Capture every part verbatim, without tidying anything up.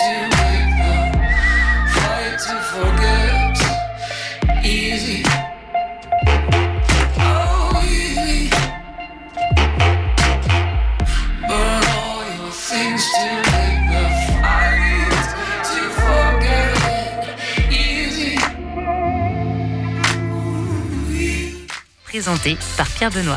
Présenté par Pierre Benoît.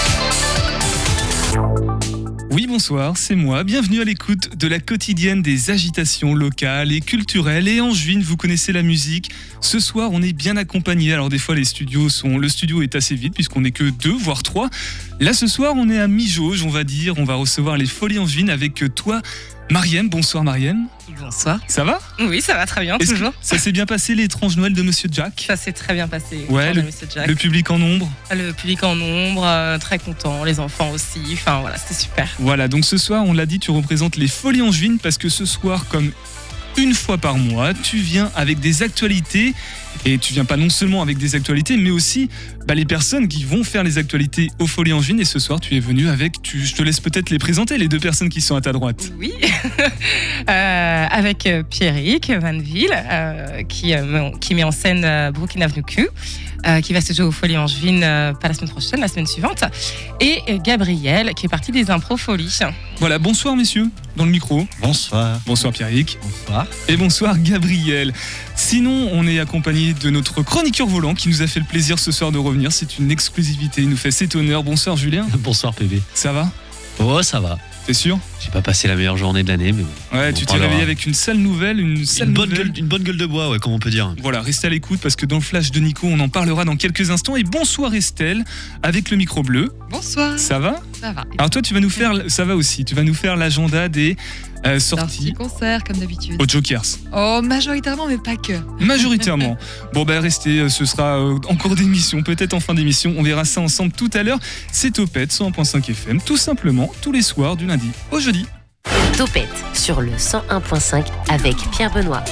Oui, bonsoir, c'est moi. Bienvenue à l'écoute de la quotidienne des agitations locales et culturelles. Et angevines, vous connaissez la musique. Ce soir, on est bien accompagné. Alors des fois, les studios sont, le studio est assez vide puisqu'on n'est que deux, voire trois. Là, ce soir, on est à mi-jauge, on va dire. On va recevoir les Folies Angevines avec toi, Marième. Bonsoir, Marième. Bonsoir. Ça va ? Oui, ça va très bien, Est-ce toujours. Ça s'est bien passé l'étrange Noël de Monsieur Jack ? Ça s'est très bien passé. Ouais, le, Monsieur Jack. le public en nombre. Le public en nombre, euh, très content, les enfants aussi. Enfin voilà, c'était super. Voilà, donc ce soir, on l'a dit, tu représentes les Folies Angevines parce que ce soir, comme une fois par mois, tu viens avec des actualités. Et tu viens pas non seulement avec des actualités, mais aussi bah, les personnes qui vont faire les actualités aux Folies Angevines. Et ce soir, tu es venu avec, tu, je te laisse peut-être les présenter, les deux personnes qui sont à ta droite. Oui, euh, avec Pierrick Vanville, euh, qui, euh, qui met en scène euh, Brooklyn Avenue Q, euh, qui va se jouer aux Folies Angevines, euh, pas la semaine prochaine, la semaine suivante. Et euh, Gabriel, qui est parti des Impro Folies. Voilà, bonsoir messieurs, dans le micro. Bonsoir. Bonsoir Pierrick. Bonsoir. Et bonsoir Gabriel. Sinon, on est accompagné de notre chroniqueur volant qui nous a fait le plaisir ce soir de revenir. C'est une exclusivité, il nous fait cet honneur. Bonsoir Julien. Bonsoir P B. Ça va ? Oh, ça va. T'es sûr ? J'ai pas passé la meilleure journée de l'année, mais bon. Ouais, tu t'es réveillé avec une sale nouvelle, une sale une bonne nouvelle. gueule, une bonne gueule de bois, ouais, comme on peut dire. Voilà, restez à l'écoute parce que dans le flash de Nico, on en parlera dans quelques instants. Et bonsoir Estelle, avec le micro bleu. Bonsoir. Ça va ? Ça va. Alors toi, tu vas nous faire, ça va aussi, tu vas nous faire l'agenda des euh, sorties. Sorties, concerts, comme d'habitude. Aux Jokers. Oh, majoritairement, mais pas que. Majoritairement. Bon, ben restez, ce sera euh, en cours d'émission, peut-être en fin d'émission. On verra ça ensemble tout à l'heure. C'est Topette, cent un virgule cinq F M, tout simplement, tous les soirs du lundi au jeudi. Topette sur le cent un virgule cinq avec Pierre Benoît.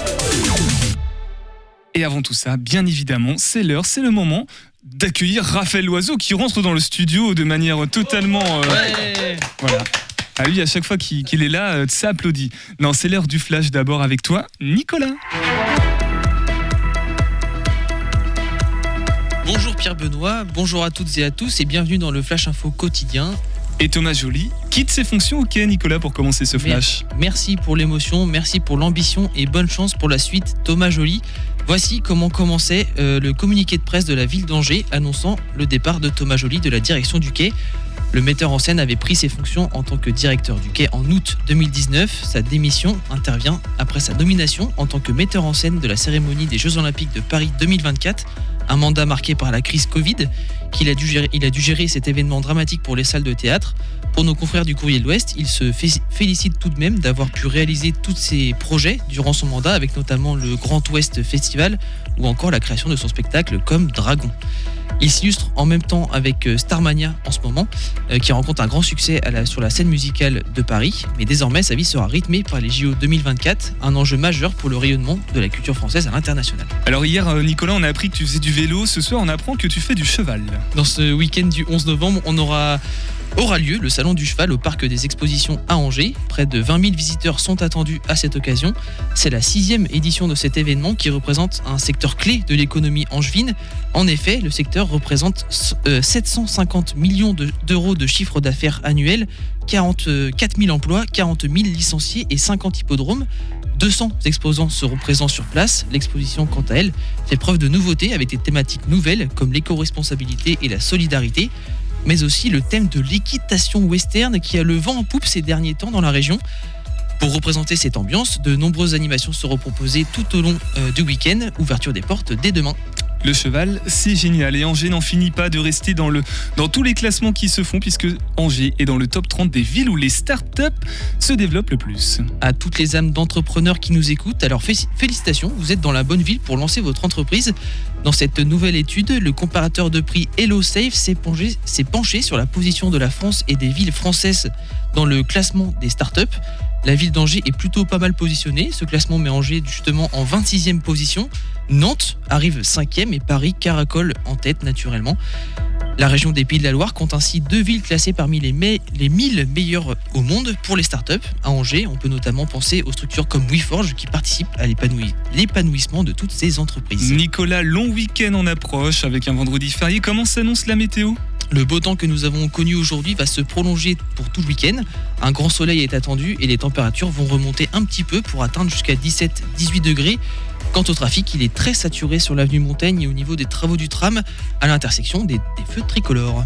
Et avant tout ça, bien évidemment, c'est l'heure, c'est le moment d'accueillir Raphaël Loiseau qui rentre dans le studio de manière totalement... Euh, Ouais. Voilà. Ah lui, à chaque fois qu'il, qu'il est là, euh, ça applaudit. Non, c'est l'heure du flash d'abord avec toi, Nicolas. Bonjour Pierre Benoît, bonjour à toutes et à tous et bienvenue dans le Flash Info quotidien. Et Thomas Joly quitte ses fonctions. Ok Nicolas, pour commencer ce flash. Merci pour l'émotion, merci pour l'ambition et bonne chance pour la suite Thomas Joly. Voici comment commençait euh, le communiqué de presse de la ville d'Angers annonçant le départ de Thomas Joly de la direction du quai. Le metteur en scène avait pris ses fonctions en tant que directeur du quai en août deux mille dix-neuf. Sa démission intervient après sa nomination en tant que metteur en scène de la cérémonie des Jeux Olympiques de Paris deux mille vingt-quatre. Un mandat marqué par la crise Covid, qu'il a dû gérer, il a dû gérer cet événement dramatique pour les salles de théâtre. Pour nos confrères du Courrier de l'Ouest, il se félicite tout de même d'avoir pu réaliser tous ses projets durant son mandat, avec notamment le Grand Ouest Festival ou encore la création de son spectacle comme Dragon. Il s'illustre en même temps avec Starmania en ce moment, euh, qui rencontre un grand succès à la, sur la scène musicale de Paris. Mais désormais, sa vie sera rythmée par les J O deux mille vingt-quatre, un enjeu majeur pour le rayonnement de la culture française à l'international. Alors hier, Nicolas, on a appris que tu faisais du vélo. Ce soir, on apprend que tu fais du cheval. Dans ce week-end du onze novembre, on aura... aura lieu le Salon du Cheval au Parc des Expositions à Angers. Près de vingt mille visiteurs sont attendus à cette occasion. C'est la sixième édition de cet événement qui représente un secteur clé de l'économie angevine. En effet, le secteur représente sept cent cinquante millions d'euros de chiffre d'affaires annuel, quarante-quatre mille emplois, quarante mille licenciés et cinquante hippodromes. deux cents exposants seront présents sur place. L'exposition, quant à elle, fait preuve de nouveautés avec des thématiques nouvelles comme l'éco-responsabilité et la solidarité, mais aussi le thème de l'équitation western qui a le vent en poupe ces derniers temps dans la région. Pour représenter cette ambiance, de nombreuses animations seront proposées tout au long euh, du week-end. Ouverture des portes dès demain. Le cheval, c'est génial. Et Angers n'en finit pas de rester dans, le, dans tous les classements qui se font, puisque Angers est dans le top trente des villes où les startups se développent le plus. À toutes les âmes d'entrepreneurs qui nous écoutent, alors félicitations, vous êtes dans la bonne ville pour lancer votre entreprise. Dans cette nouvelle étude, le comparateur de prix HelloSafe s'est penché, s'est penché sur la position de la France et des villes françaises dans le classement des startups. La ville d'Angers est plutôt pas mal positionnée. Ce classement met Angers justement en vingt-sixième position. Nantes arrive cinquième et Paris caracole en tête naturellement. La région des Pays de la Loire compte ainsi deux villes classées parmi les, me- les mille meilleures au monde pour les startups. À Angers, on peut notamment penser aux structures comme WeForge qui participent à l'épanouis- l'épanouissement de toutes ces entreprises. Nicolas, long week-end en approche avec un vendredi férié. Comment s'annonce la météo ? Le beau temps que nous avons connu aujourd'hui va se prolonger pour tout le week-end. Un grand soleil est attendu et les températures vont remonter un petit peu pour atteindre jusqu'à dix-sept à dix-huit degrés. Quant au trafic, il est très saturé sur l'avenue Montaigne et au niveau des travaux du tram à l'intersection des, des feux tricolores.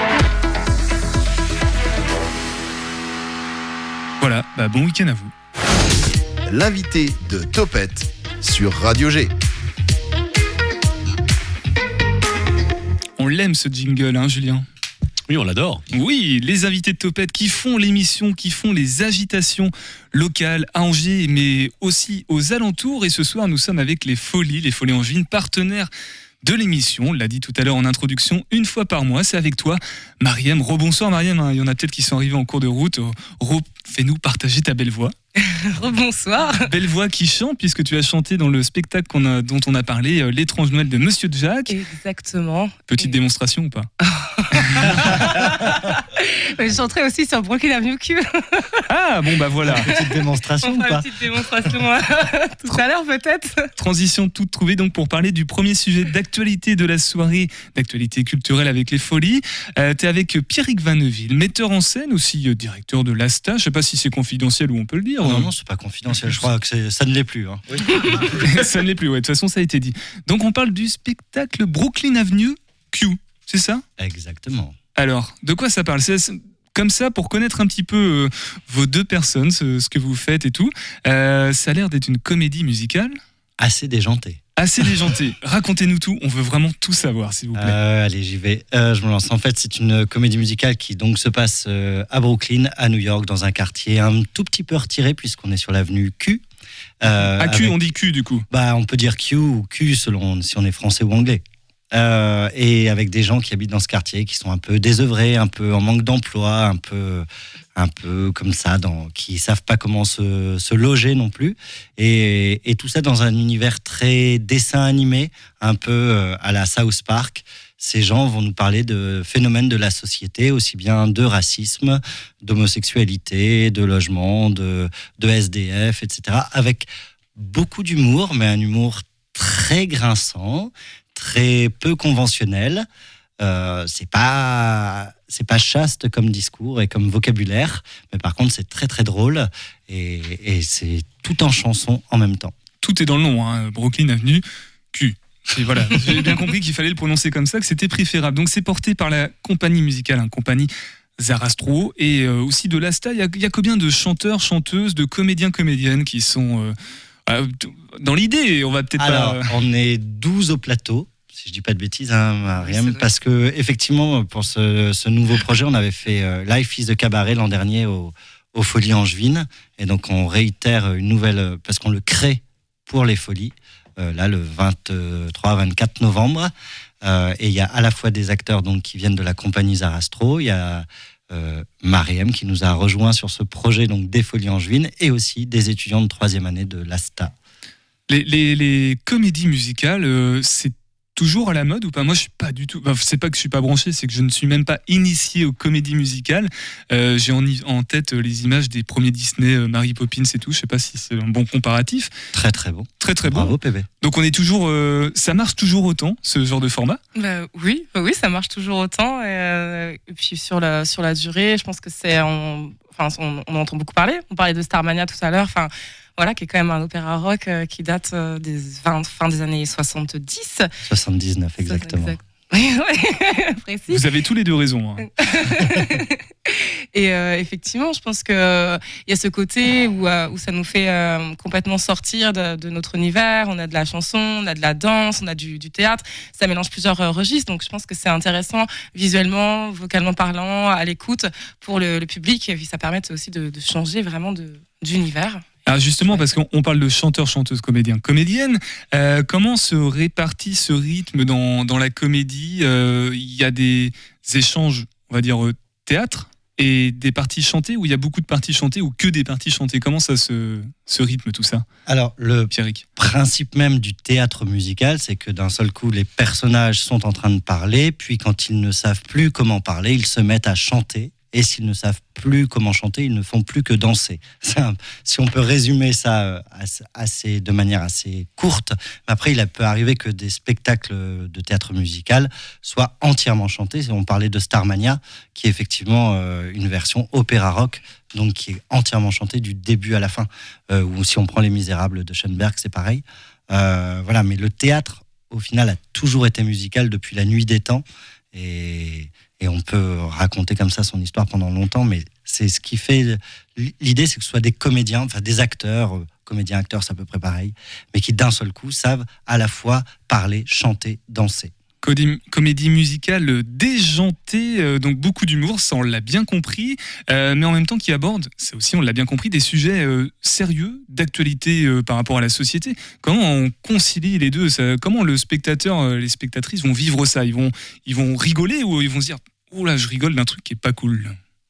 Voilà, bah bon week-end à vous. L'invité de Topette sur Radio G. On l'aime ce jingle, hein Julien ? Oui, on l'adore. Oui, les invités de Topette qui font l'émission, qui font les agitations locales à Angers, mais aussi aux alentours. Et ce soir, nous sommes avec les Folies, les Folies Angevines, partenaires de l'émission. On l'a dit tout à l'heure en introduction, une fois par mois. C'est avec toi, Mariam. Rebonsoir, Mariam. Il y en a peut-être qui sont arrivés en cours de route. Re, fais-nous partager ta belle voix. Rebonsoir. Belle voix qui chante, puisque tu as chanté dans le spectacle qu'on a, dont on a parlé, euh, L'étrange Noël de Monsieur Jack. Exactement. Petite démonstration ou pas ? Je chanterai aussi sur Brooklyn Avenue Q. Ah bon bah voilà. Petite démonstration On ou fera pas une petite démonstration euh, tout à l'heure peut-être. Transition toute trouvée donc pour parler du premier sujet d'actualité de la soirée, d'actualité culturelle avec les Folies. Euh, T'es avec Pierrick Vanneville, metteur en scène, aussi euh, directeur de l'A S T A. Je sais pas si c'est confidentiel ou on peut le dire. Non, non, c'est pas confidentiel. Je crois que c'est- ça ne l'est plus. Hein. Ça ne l'est plus, ouais. De toute façon, ça a été dit. Donc on parle du spectacle Brooklyn Avenue Q, c'est ça ? Exactement. Alors, de quoi ça parle ? C'est comme ça, pour connaître un petit peu euh, vos deux personnes, ce, ce que vous faites et tout. Euh, ça a l'air d'être une comédie musicale Assez déjanté. assez déjantée. Racontez-nous tout, on veut vraiment tout savoir, s'il vous plaît. Euh, allez, j'y vais. Euh, je me lance. En fait, c'est une comédie musicale qui donc se passe euh, à Brooklyn, à New York, dans un quartier un tout petit peu retiré puisqu'on est sur l'avenue Q. Euh, À Q, avec- on dit Q du coup. Bah, on peut dire Q ou Q selon si on est français ou anglais. Euh, et avec des gens qui habitent dans ce quartier, qui sont un peu désœuvrés, un peu en manque d'emploi, un peu, un peu comme ça, dans, qui savent pas comment se, se loger non plus. Et, et tout ça dans un univers très dessin animé, un peu euh, à la South Park. Ces gens vont nous parler de phénomènes de la société, aussi bien de racisme, d'homosexualité, de logement, de, de S D F, et cetera. Avec beaucoup d'humour, mais un humour très grinçant, très peu conventionnel. Euh, c'est pas c'est pas chaste comme discours et comme vocabulaire, mais par contre c'est très très drôle et, et c'est tout en chanson en même temps. Tout est dans le nom, hein. Brooklyn Avenue Q. Et voilà, j'ai bien compris qu'il fallait le prononcer comme ça, que c'était préférable. Donc c'est porté par la compagnie musicale, hein, compagnie Zarastro, et euh, aussi de l'A S T A. Il y a, il y a combien de chanteurs, chanteuses, de comédiens, comédiennes qui sont euh, euh, dans l'idée, on va peut-être Alors, pas... on est douze au plateau, si je dis pas de bêtises, hein, Mariam, C'est vrai. parce que effectivement, pour ce, ce nouveau projet, on avait fait euh, Life is the Cabaret l'an dernier au, aux Folies Angevines, et donc on réitère une nouvelle, parce qu'on le crée pour les Folies, euh, là le vingt-trois vingt-quatre novembre, euh, et il y a à la fois des acteurs donc qui viennent de la compagnie Zarastro, il y a euh, Mariam qui nous a rejoint sur ce projet donc des Folies Angevines, et aussi des étudiants de troisième année de l'A S T A. Les, les, les comédies musicales, euh, c'est toujours à la mode ou pas ? Moi, je suis pas du tout. Enfin, c'est pas que je suis pas branché, c'est que je ne suis même pas initié aux comédies musicales. Euh, j'ai en, en tête les images des premiers Disney, euh, Mary Poppins et tout. Je sais pas si c'est un bon comparatif. Très très bon. Très très bon. Bravo P B. Donc on est toujours. Euh, ça marche toujours autant ce genre de format. Bah, oui, oui, ça marche toujours autant. Et, euh, et puis sur la, sur la durée, je pense que c'est. On, enfin, on, on entend beaucoup parler. On parlait de Starmania tout à l'heure. Enfin, voilà, qui est quand même un opéra rock euh, qui date euh, des vingt, fin des années soixante-dix. soixante-dix-neuf exactement. Exact. Oui, oui, précis. Vous avez tous les deux raison. Hein. Et euh, effectivement, je pense qu'il euh, y a ce côté où, euh, où ça nous fait euh, complètement sortir de, de notre univers. On a de la chanson, on a de la danse, on a du, du théâtre. Ça mélange plusieurs euh, registres. Donc je pense que c'est intéressant visuellement, vocalement parlant, à l'écoute pour le, le public. Et puis ça permet aussi de, de changer vraiment de, d'univers. Alors justement, parce qu'on on parle de chanteurs, chanteuses, comédiens, comédiennes, euh, comment se répartit ce rythme dans, dans la comédie ? Euh, Il y a des échanges, on va dire, euh, théâtre et des parties chantées, ou il y a beaucoup de parties chantées, ou que des parties chantées? Comment ça se, se rythme tout ça, Alors, le Pierrick? principe même du théâtre musical, c'est que d'un seul coup, les personnages sont en train de parler, puis quand ils ne savent plus comment parler, ils se mettent à chanter. Et s'ils ne savent plus comment chanter, ils ne font plus que danser. Un, si on peut résumer ça assez, de manière assez courte, après il peut arriver que des spectacles de théâtre musical soient entièrement chantés. On parlait de Starmania, qui est effectivement euh, une version opéra rock, donc qui est entièrement chantée du début à la fin. Euh, ou si on prend Les Misérables de Schoenberg, c'est pareil. Euh, voilà, mais le théâtre, au final, a toujours été musical depuis la nuit des temps. Et, et on peut raconter comme ça son histoire pendant longtemps, mais c'est ce qui fait... L'idée, c'est que ce soit des comédiens, enfin des acteurs, euh, comédiens, acteurs, c'est à peu près pareil, mais qui d'un seul coup savent à la fois parler, chanter, danser. Comédie, comédie musicale déjantée, euh, donc beaucoup d'humour, ça on l'a bien compris, euh, mais en même temps qui aborde, ça aussi on l'a bien compris, des sujets euh, sérieux, d'actualité euh, par rapport à la société. Comment on concilie les deux, ça, comment le spectateur, euh, les spectatrices vont vivre ça? Ils vont, ils vont rigoler ou ils vont se dire « Oh là, je rigole d'un truc qui est pas cool ».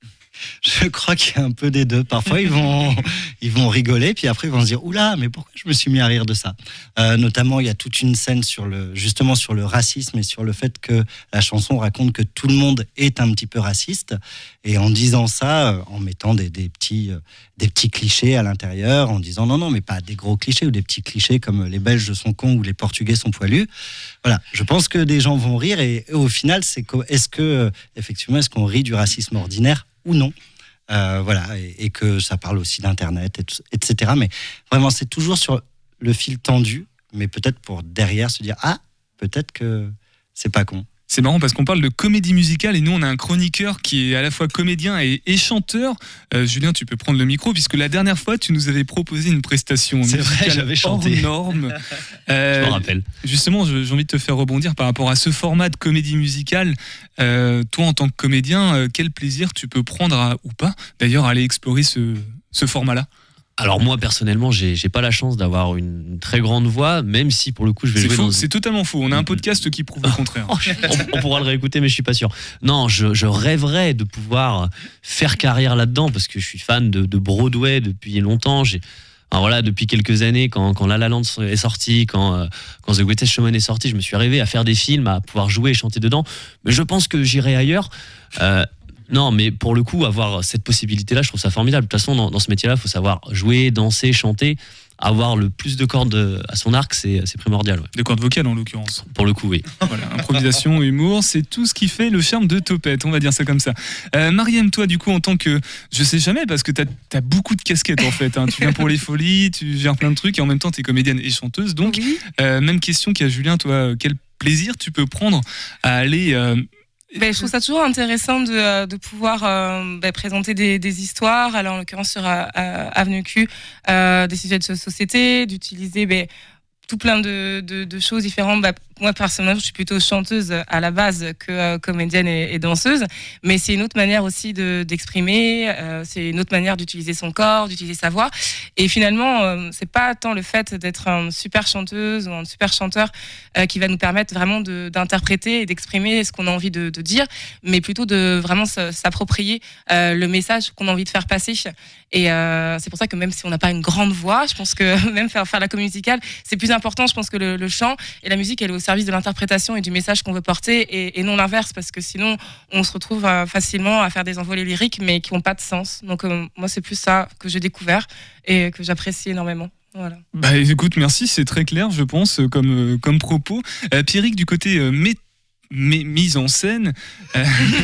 Je crois qu'il y a un peu des deux. Parfois, ils vont, ils vont rigoler, puis après, ils vont se dire « Oula, mais pourquoi je me suis mis à rire de ça ?» euh, Notamment, il y a toute une scène sur le, justement sur le racisme et sur le fait que la chanson raconte que tout le monde est un petit peu raciste. Et en disant ça, euh, en mettant des, des, petits, euh, des petits clichés à l'intérieur, en disant « Non, non, mais pas des gros clichés ou des petits clichés comme les Belges sont cons ou les Portugais sont poilus. » Voilà, je pense que des gens vont rire et, et au final, c'est que, est-ce que, euh, effectivement, est-ce qu'on rit du racisme ordinaire ou non, euh, voilà, et, et que ça parle aussi d'Internet, et, et cetera. Mais vraiment, c'est toujours sur le fil tendu, mais peut-être pour derrière se dire « Ah, peut-être que c'est pas con ». C'est marrant parce qu'on parle de comédie musicale et nous on a un chroniqueur qui est à la fois comédien et, et chanteur. Euh, Julien, tu peux prendre le micro puisque la dernière fois tu nous avais proposé une prestation c'est musicale vrai, j'avais chanté. hors norme. Euh, Je me rappelle. Justement, je, j'ai envie de te faire rebondir par rapport à ce format de comédie musicale. Euh, toi, en tant que comédien, euh, quel plaisir tu peux prendre à, ou pas, d'ailleurs, à aller explorer ce, ce format-là? Alors moi personnellement, j'ai, j'ai pas la chance d'avoir une très grande voix, même si pour le coup je vais c'est jouer faux, dans... C'est totalement faux. On a un podcast qui prouve le contraire. on, on pourra le réécouter, mais je suis pas sûr. Non, je, je rêverais de pouvoir faire carrière là-dedans parce que je suis fan de, de Broadway depuis longtemps. J'ai, alors voilà, depuis quelques années, quand, quand La La Land est sorti, quand, euh, quand The Greatest Showman est sorti, je me suis rêvé à faire des films, à pouvoir jouer et chanter dedans. Mais je pense que j'irai ailleurs. Euh, Non, mais pour le coup, avoir cette possibilité-là, je trouve ça formidable. De toute façon, dans, dans ce métier-là, il faut savoir jouer, danser, chanter. Avoir le plus de cordes à son arc, c'est, c'est primordial. Ouais. De cordes vocales, en l'occurrence. Pour le coup, oui. Voilà, improvisation, humour, c'est tout ce qui fait le charme de Topette, on va dire ça comme ça. Euh, Mariam, toi, du coup, en tant que... Je sais jamais, parce que t'as, t'as beaucoup de casquettes, en fait. Hein. Tu viens pour les folies, tu gères plein de trucs, et en même temps, t'es comédienne et chanteuse. Donc, Oui. euh, même question qu'à Julien, toi, quel plaisir tu peux prendre à aller... Euh, Ben, je trouve ça toujours intéressant de, de pouvoir euh, ben, présenter des, des histoires, alors en l'occurrence sur euh, Avenue Q, euh, des sujets de société, d'utiliser ben, tout plein de, de, de choses différentes. Ben, moi, personnellement, je suis plutôt chanteuse à la base que euh, comédienne et, et danseuse, mais c'est une autre manière aussi de, d'exprimer, euh, c'est une autre manière d'utiliser son corps, d'utiliser sa voix. Et finalement, euh, c'est pas tant le fait d'être une super chanteuse ou un super chanteur euh, qui va nous permettre vraiment de, d'interpréter et d'exprimer ce qu'on a envie de, de dire, mais plutôt de vraiment s'approprier euh, le message qu'on a envie de faire passer. Et euh, c'est pour ça que même si on n'a pas une grande voix, je pense que même faire, faire la comédie musicale, c'est plus important, je pense, que le, le chant et la musique, elle est au service de l'interprétation et du message qu'on veut porter et, et non l'inverse, parce que sinon on se retrouve euh, facilement à faire des envolées lyriques mais qui n'ont pas de sens. Donc euh, moi c'est plus ça que j'ai découvert et que j'apprécie énormément. Voilà. Bah écoute, merci, c'est très clair, je pense, comme, euh, comme propos. Euh, Pierrick, du côté euh, mé- mé- mise en scène, euh,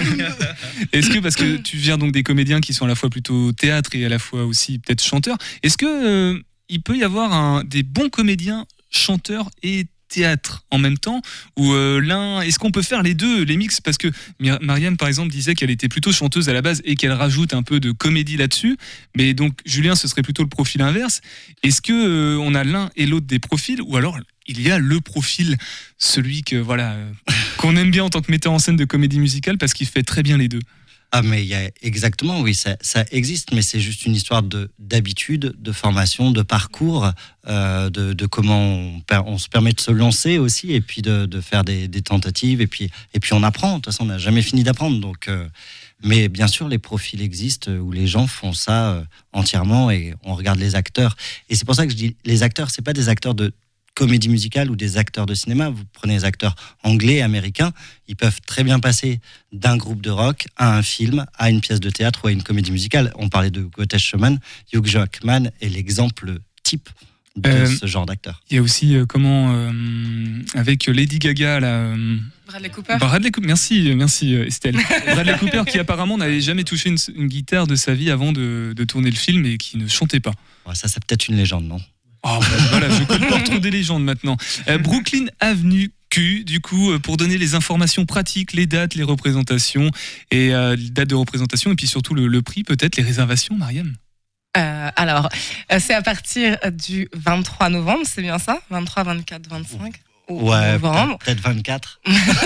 est-ce que, parce que tu viens donc des comédiens qui sont à la fois plutôt théâtre et à la fois aussi peut-être chanteurs, est-ce que euh, il peut y avoir un, des bons comédiens chanteurs et théâtre en même temps, ou euh, l'un, est-ce qu'on peut faire les deux, les mix, parce que Mariam par exemple disait qu'elle était plutôt chanteuse à la base et qu'elle rajoute un peu de comédie là-dessus, mais donc Julien ce serait plutôt le profil inverse. Est-ce que euh, on a l'un et l'autre des profils, ou alors il y a le profil, celui que voilà euh, qu'on aime bien en tant que metteur en scène de comédie musicale parce qu'il fait très bien les deux? Ah mais il y a exactement, oui, ça, ça existe, mais c'est juste une histoire de, d'habitude, de formation, de parcours, euh, de, de comment on, on se permet de se lancer aussi, et puis de, de faire des, des tentatives, et puis, et puis on apprend. De toute façon, on n'a jamais fini d'apprendre. Donc, euh, Mais bien sûr, les profils existent où les gens font ça euh, entièrement et on regarde les acteurs. Et c'est pour ça que je dis, les acteurs, c'est pas des acteurs de comédie musicale ou des acteurs de cinéma. Vous prenez les acteurs anglais, américains, ils peuvent très bien passer d'un groupe de rock à un film, à une pièce de théâtre ou à une comédie musicale. On parlait de Greatest Showman, Hugh Jackman est l'exemple type de Euh, ce genre d'acteur. Il y a aussi euh, comment euh, avec Lady Gaga là. euh, Bradley Cooper. Bradley Cooper, merci, merci euh, Estelle. Bradley Cooper qui apparemment n'avait jamais touché une, une guitare de sa vie avant de, de tourner le film et qui ne chantait pas. Ouais, ça, c'est peut-être une légende, non? Oh, bah, voilà, je colporte des légendes maintenant. Euh, Brooklyn Avenue Q, du coup, euh, pour donner les informations pratiques, les dates, les représentations, et euh, les dates de représentation, et puis surtout le, le prix, peut-être les réservations, Mariam. Euh, alors, euh, c'est à partir du vingt-trois novembre, c'est bien ça? vingt-trois, vingt-quatre, vingt-cinq Ouais, novembre. peut-être vingt-quatre.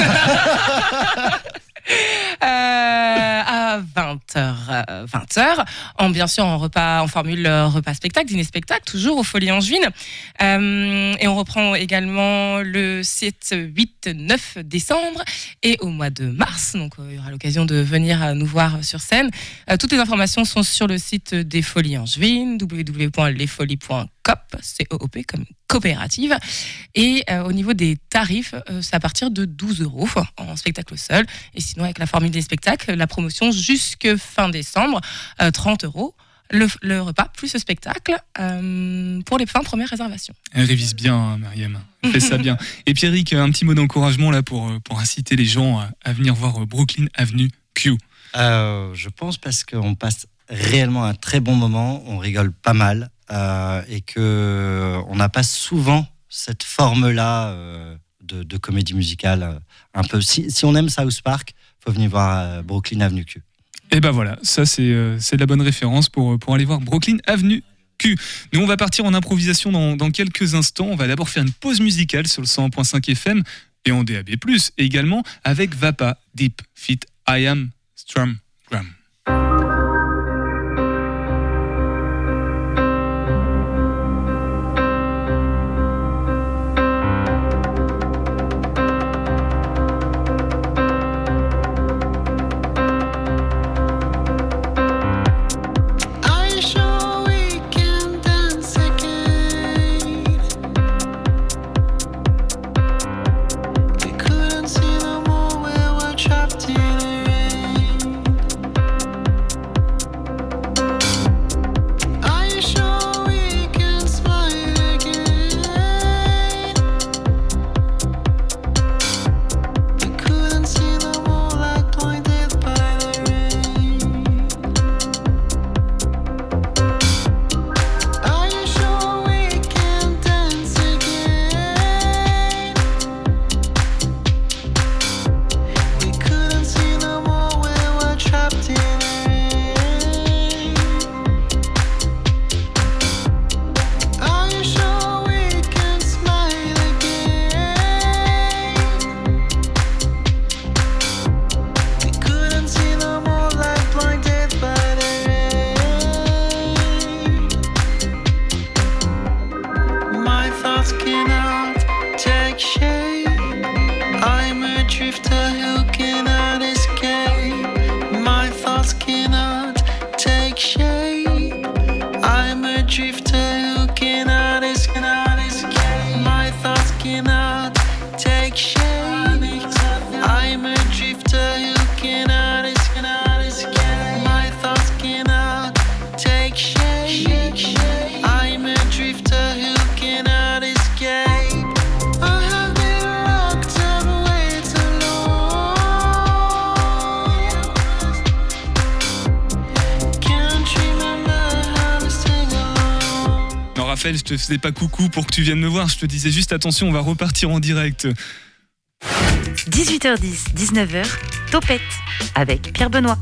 Euh, à vingt heures, vingt heures, en bien sûr en repas, en formule euh, repas spectacle, dîner spectacle, toujours au Folies Angevines. Euh, et on reprend également le sept, huit, neuf décembre et au mois de mars. Donc euh, il y aura l'occasion de venir euh, nous voir sur scène. Euh, toutes les informations sont sur le site des Folies Angevines, w w w point les folies point coop, C O O P comme coopérative. Et euh, au niveau des tarifs, euh, c'est à partir de douze euros en spectacle seul. Et sinon, avec la formule des spectacles, la promotion jusque fin décembre, euh, trente euros. Le, le repas plus le spectacle euh, pour les vingt premières réservations. Elle révise bien, hein, Mariam. Elle fait ça bien. Et Pierrick, un petit mot d'encouragement là pour, pour inciter les gens à, à venir voir Brooklyn Avenue Q. Euh, je pense parce qu'on passe réellement un très bon moment, on rigole pas mal euh, et qu'on n'a pas souvent cette forme-là euh, de, de comédie musicale. euh, Un peu. Si, si on aime South Park, il faut venir voir euh, Brooklyn Avenue Q. Et ben voilà, ça c'est euh, c'est de la bonne référence pour, pour aller voir Brooklyn Avenue Q. Nous on va partir en improvisation dans, dans quelques instants. On va d'abord faire une pause musicale sur le cent un virgule cinq F M et en D A B plus, et également avec Vapa, Deep Fit, I Am Strum Gram. Raphaël, je te faisais pas coucou pour que tu viennes me voir, je te disais juste attention, on va repartir en direct. dix-huit heures dix, dix-neuf heures, Topette avec Pierre Benoît.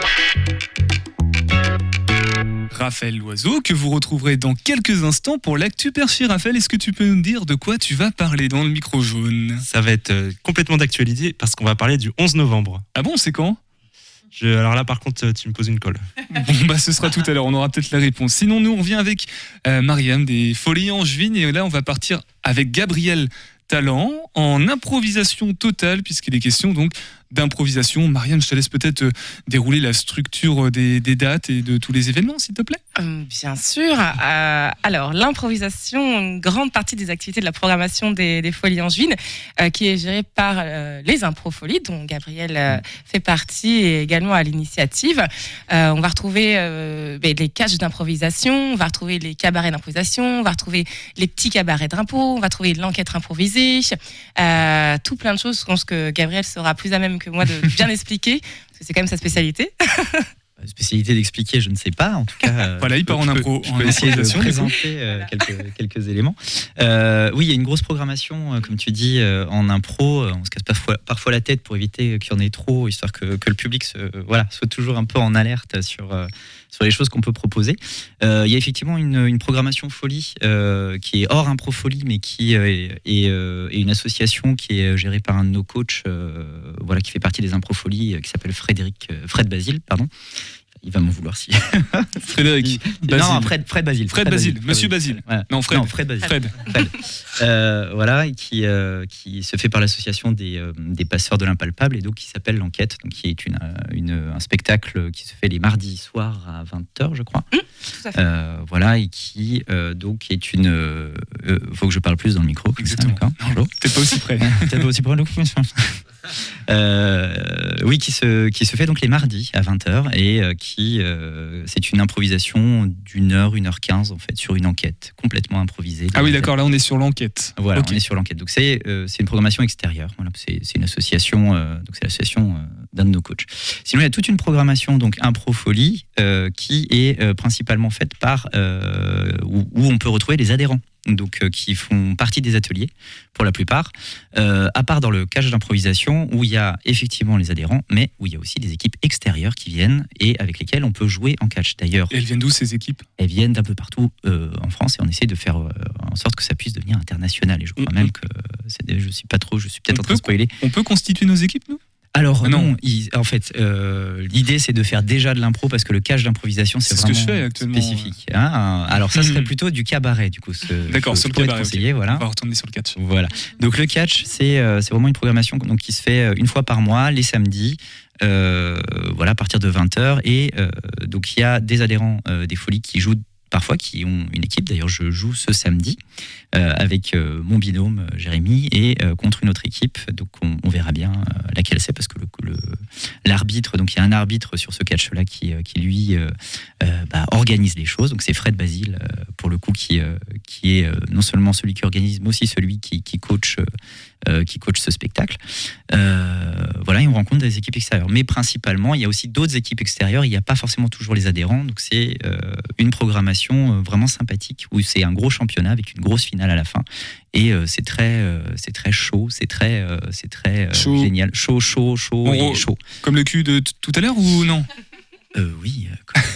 Raphaël Loiseau, que vous retrouverez dans quelques instants pour l'actu perché. Raphaël, est-ce que tu peux nous dire de quoi tu vas parler dans le micro jaune? Ça va être euh, complètement d'actualité parce qu'on va parler du onze novembre. Ah bon, c'est quand? Je, alors là, par contre, tu me poses une colle. Bon, bah, ce sera tout à l'heure, on aura peut-être la réponse. Sinon, nous, on revient avec euh, Mariam des Folies Angevines. Et là, on va partir avec Gabriel Talent en improvisation totale, puisqu'il est question donc d'improvisation. Marianne, je te laisse peut-être euh, dérouler la structure des, des dates et de tous les événements, s'il te plaît. Hum, Bien sûr. Euh, alors, l'improvisation, une grande partie des activités de la programmation des, des Folies Angevines, euh, qui est gérée par euh, les Improfolies, dont Gabriel euh, fait partie et également à l'initiative. Euh, on va retrouver euh, ben, les catchs d'improvisation, on va retrouver les cabarets d'improvisation, on va retrouver les petits cabarets d'impro, on va trouver l'enquête improvisée, euh, tout plein de choses. Je pense que Gabriel sera plus à même que moi de bien expliquer, parce que c'est quand même sa spécialité. Spécialité d'expliquer, je ne sais pas. En tout cas, euh, voilà, il part en impro. Je peux, je peux essayer de présenter euh, quelques, quelques éléments. Euh, oui, il y a une grosse programmation, euh, comme tu dis, euh, en impro. On se casse parfois, parfois la tête pour éviter qu'il y en ait trop, histoire que, que le public se, euh, voilà, soit toujours un peu en alerte sur, euh, sur les choses qu'on peut proposer. Euh, il y a effectivement une, une programmation folie euh, qui est hors impro-folie, mais qui euh, est, est, euh, est une association qui est gérée par un de nos coachs, euh, voilà, qui fait partie des impro-folies, euh, qui s'appelle Frédéric, euh, Fred Basile, pardon. Il va m'en vouloir si. Frédéric. Basile. Non, Fred, Fred Basile. Fred, Fred Basile. Basile. Monsieur Basile. Ouais. Non, Fred. Non, Fred Basile. Fred. Fred. Euh, voilà, qui, euh, qui se fait par l'association des, euh, des passeurs de l'impalpable et donc qui s'appelle L'Enquête, donc qui est une, une, un spectacle qui se fait les mardis soirs à vingt heures, je crois. Mmh, tout à fait. Euh, voilà, et qui euh, donc est une. Il euh, faut que je parle plus dans le micro. Exactement. Ça, non, t'es pas aussi près. T'es pas aussi près. Euh, oui, qui se, qui se fait donc les mardis à vingt heures et euh, qui, euh, c'est une improvisation d'une heure, une heure quinze en fait, sur une enquête complètement improvisée. Ah oui, d'accord, là on est sur l'enquête. Voilà, okay. on est sur l'enquête. Donc c'est, euh, c'est une programmation extérieure. Voilà, c'est, c'est une association, euh, donc c'est l'association euh, d'un de nos coachs. Sinon, il y a toute une programmation, donc Impro-Folie, euh, qui est euh, principalement faite par, euh, où, où on peut retrouver les adhérents. Donc, euh, qui font partie des ateliers pour la plupart, euh, à part dans le catch d'improvisation où il y a effectivement les adhérents, mais où il y a aussi des équipes extérieures qui viennent et avec lesquelles on peut jouer en catch. D'ailleurs, et elles viennent d'où ces équipes ? Elles viennent d'un peu partout euh, en France et on essaie de faire euh, en sorte que ça puisse devenir international. Et je crois mmh. même que c'est, je suis pas trop, je suis peut-être on en train de spoiler. On peut constituer nos équipes, nous ? Alors ah non, non il, en fait, euh, l'idée c'est de faire déjà de l'impro parce que le catch d'improvisation c'est, c'est vraiment ce que je fais actuellement, spécifique. Ouais. Hein, alors ça serait plutôt du cabaret du coup. Ce, D'accord, je, sur je le cabaret. Okay. Voilà. On va retourner sur le catch. Voilà. Donc le catch c'est, euh, c'est vraiment une programmation donc, qui se fait une fois par mois, les samedis. Euh, voilà, à partir de vingt heures et euh, donc il y a des adhérents euh, des Folies qui jouent parfois, qui ont une équipe. D'ailleurs, je joue ce samedi euh, avec euh, mon binôme euh, Jérémy et euh, contre une autre équipe. Donc, on, on verra bien euh, laquelle c'est parce que le, le, l'arbitre, donc il y a un arbitre sur ce catch-là qui, euh, qui lui euh, euh, bah, organise les choses. Donc, c'est Fred Basile euh, pour le coup qui, euh, qui est euh, non seulement celui qui organise, mais aussi celui qui, qui coach. Euh, Euh, qui coach ce spectacle. Euh, voilà, et on rencontre des équipes extérieures. Mais principalement, il y a aussi d'autres équipes extérieures. Il n'y a pas forcément toujours les adhérents. Donc, c'est euh, une programmation vraiment sympathique où c'est un gros championnat avec une grosse finale à la fin. Et euh, c'est très, euh, c'est très chaud, c'est très, euh, c'est très euh, chaud. génial. Chaud, chaud, chaud bon, et chaud. Comme le cul de t- tout à l'heure ou non ? Euh, oui.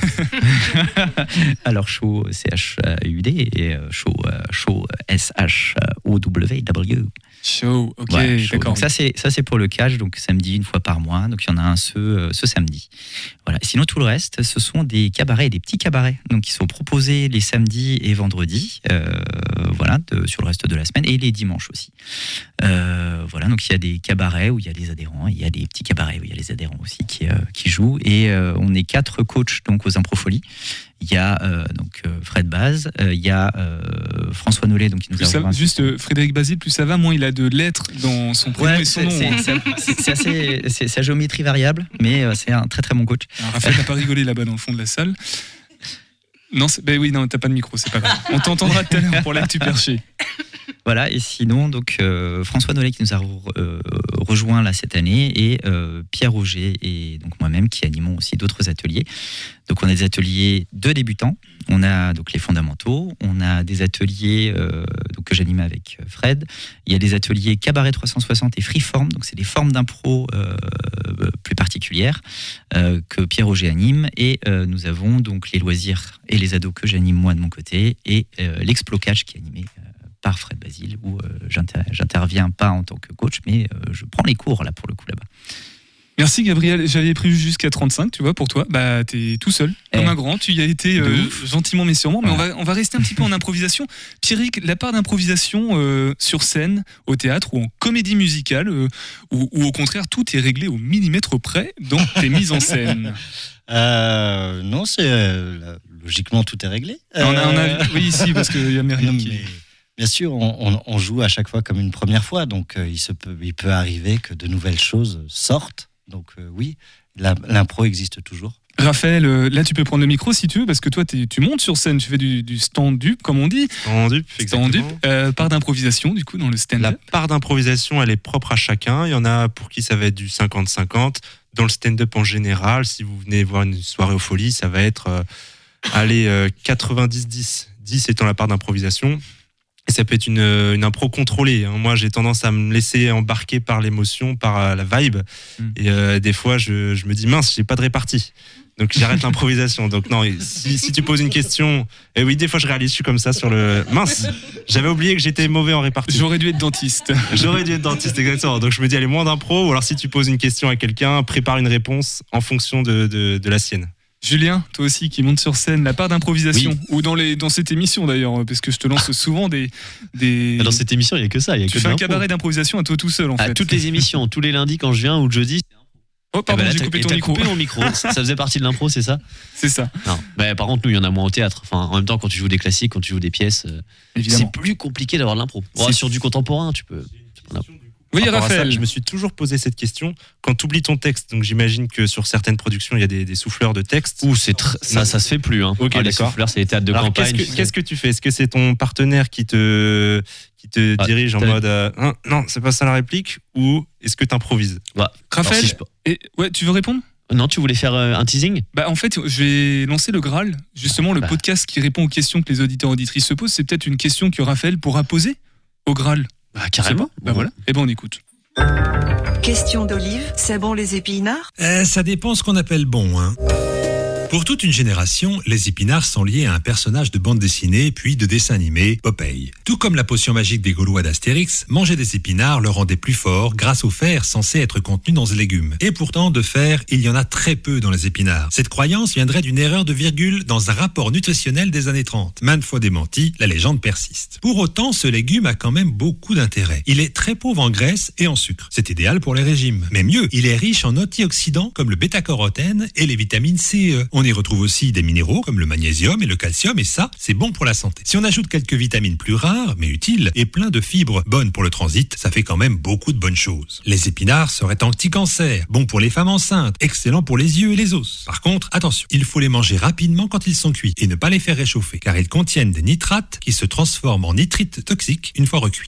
Alors, chaud, C H U D et euh, chaud, euh, chaud, S H O W W. Show, ok, ouais, show. d'accord. Donc ça c'est ça c'est pour le catch, donc samedi une fois par mois. Donc il y en a un ce euh, ce samedi. Voilà. Sinon tout le reste, ce sont des cabarets, des petits cabarets, donc qui sont proposés les samedis et vendredis, euh, voilà, de, sur le reste de la semaine et les dimanches aussi. Euh, voilà, donc il y a des cabarets où il y a des adhérents, il y a des petits cabarets où il y a les adhérents aussi qui euh, qui jouent et euh, on est quatre coachs donc aux Improfolies. Il y a euh, donc euh, Fred Baz, euh, il y a euh, François Nollet donc qui nous plus a ça, juste euh, Frédéric Basile, plus ça va, moins il a de lettres dans son prénom ouais, et son c'est, nom. C'est, hein. c'est, c'est, assez, c'est sa géométrie variable, mais euh, c'est un très très bon coach. Alors, Raphaël n'a pas rigolé là-bas dans le fond de la salle. Non, c'est, ben oui, non, t'as pas de micro, c'est pas grave. On t'entendra tout à l'heure pour l'actu perché. Voilà, et sinon, donc, euh, François Nollet qui nous a re- euh, rejoint là cette année et euh, Pierre Auger et donc moi-même qui animons aussi d'autres ateliers. Donc on a des ateliers de débutants, on a donc les fondamentaux, on a des ateliers euh, donc, que j'anime avec Fred, il y a des ateliers cabaret trois cent soixante et freeform, donc c'est des formes d'impro euh, plus particulières euh, que Pierre Auger anime et euh, nous avons donc les loisirs et les ados que j'anime moi de mon côté et euh, l'explo-catch qui est animé euh, par Fred Basile, où euh, j'inter- j'interviens pas en tant que coach, mais euh, je prends les cours là pour le coup là-bas. Merci Gabriel, j'avais prévu jusqu'à trente-cinq, tu vois, pour toi. Bah, t'es tout seul, comme Eh. un grand. Tu y as été De euh, ouf. gentiment mais sûrement. Mais Ouais. on va, on va rester un petit peu en improvisation. Pierrick, la part d'improvisation euh, sur scène, au théâtre ou en comédie musicale, euh, ou, ou au contraire, tout est réglé au millimètre près dans tes mises en scène. Euh, non, c'est euh, logiquement tout est réglé. On a, on a- Euh, oui, ici, parce qu'il y a Myriam non, qui. mais bien sûr, on, on- on joue à chaque fois comme une première fois, donc euh, il, se peut, il peut arriver que de nouvelles choses sortent. Donc euh, oui, la- l'impro existe toujours. Raphaël, euh, là tu peux prendre le micro si tu veux, parce que toi t'es- tu montes sur scène, tu fais du, du stand-up, comme on dit. Stand-up, Stand-up, exactement. euh, part d'improvisation du coup dans le La stand-up. part d'improvisation, elle est propre à chacun. Il y en a pour qui ça va être du cinquante cinquante. Dans le stand-up en général, si vous venez voir une soirée aux Folies, ça va être euh, allez, euh, quatre-vingt-dix dix. dix étant la part d'improvisation. Et ça peut être une, une impro contrôlée. hein. Moi, j'ai tendance à me laisser embarquer par l'émotion, par euh, la vibe. Mm. Et euh, des fois, je, je me dis, mince, j'ai pas de répartie. Donc j'arrête l'improvisation. Donc non, et si, si tu poses une question, et oui, des fois je réalise, je suis comme ça sur le... Mince, j'avais oublié que j'étais mauvais en répartie. J'aurais dû être dentiste. J'aurais dû être dentiste, exactement. Donc je me dis, allez, moins d'impro, ou alors si tu poses une question à quelqu'un, prépare une réponse en fonction de, de, de la sienne. Julien, toi aussi qui monte sur scène, la part d'improvisation, ou dans, les, dans cette émission d'ailleurs, parce que je te lance souvent des... des... Dans cette émission, il n'y a que ça. Il y a Tu que fais de un l'impro. cabaret d'improvisation à toi tout seul en À fait. toutes les émissions, tous les lundis quand je viens ou le jeudi. Oh pardon, Eh ben là, j'ai t'as- coupé et ton t'as micro. coupé mon micro. Ça faisait partie de l'impro, c'est ça? C'est ça, Non. Bah, par contre, nous, il y en a moins au théâtre. Enfin, en même temps, quand tu joues des classiques, quand tu joues des pièces, euh, évidemment. c'est plus compliqué d'avoir de l'impro. Bon, C'est- sur du contemporain, tu peux. tu peux en avoir. Oui, Par rapport à ça, Raphaël. je me suis toujours posé cette question. Quand tu oublies ton texte, donc j'imagine que sur certaines productions, il y a des, des souffleurs de texte. Ouh, c'est tr- ça, ça se fait plus. Hein. Ok, Ah, les d'accord. souffleurs, c'est les théâtres de Alors, campagne. qu'est-ce que, qu'est-ce que tu fais? Est-ce que c'est ton partenaire qui te, qui te Ah, dirige en t'as- mode euh, Hein, non, c'est pas ça la réplique, ou est-ce que tu improvises? Bah, Raphaël, alors, si je peux- et, ouais, tu veux répondre? Non, tu voulais faire euh, un teasing? Bah en fait, je vais lancer le Graal, justement le Bah. podcast qui répond aux questions que les auditeurs et auditrices se posent. C'est peut-être une question que Raphaël pourra poser au Graal. Bah, carrément. Bah voilà. Et ben on écoute. Question d'Olive, c'est bon les épinards? Euh, ça dépend ce qu'on appelle bon, hein. Pour toute une génération, les épinards sont liés à un personnage de bande dessinée puis de dessin animé, Popeye. Tout comme la potion magique des Gaulois d'Astérix, manger des épinards le rendait plus fort grâce au fer censé être contenu dans ce légume. Et pourtant, de fer, il y en a très peu dans les épinards. Cette croyance viendrait d'une erreur de virgule dans un rapport nutritionnel des années trente. Maintes fois démenti, la légende persiste. Pour autant, ce légume a quand même beaucoup d'intérêt. Il est très pauvre en graisse et en sucre. C'est idéal pour les régimes. Mais mieux, il est riche en antioxydants comme le bêta-carotène et les vitamines C et E. On y retrouve aussi des minéraux comme le magnésium et le calcium et ça, c'est bon pour la santé. Si on ajoute quelques vitamines plus rares, mais utiles, et plein de fibres bonnes pour le transit, ça fait quand même beaucoup de bonnes choses. Les épinards seraient anti-cancer, bons pour les femmes enceintes, excellents pour les yeux et les os. Par contre, attention, il faut les manger rapidement quand ils sont cuits et ne pas les faire réchauffer, car ils contiennent des nitrates qui se transforment en nitrites toxiques une fois recuits.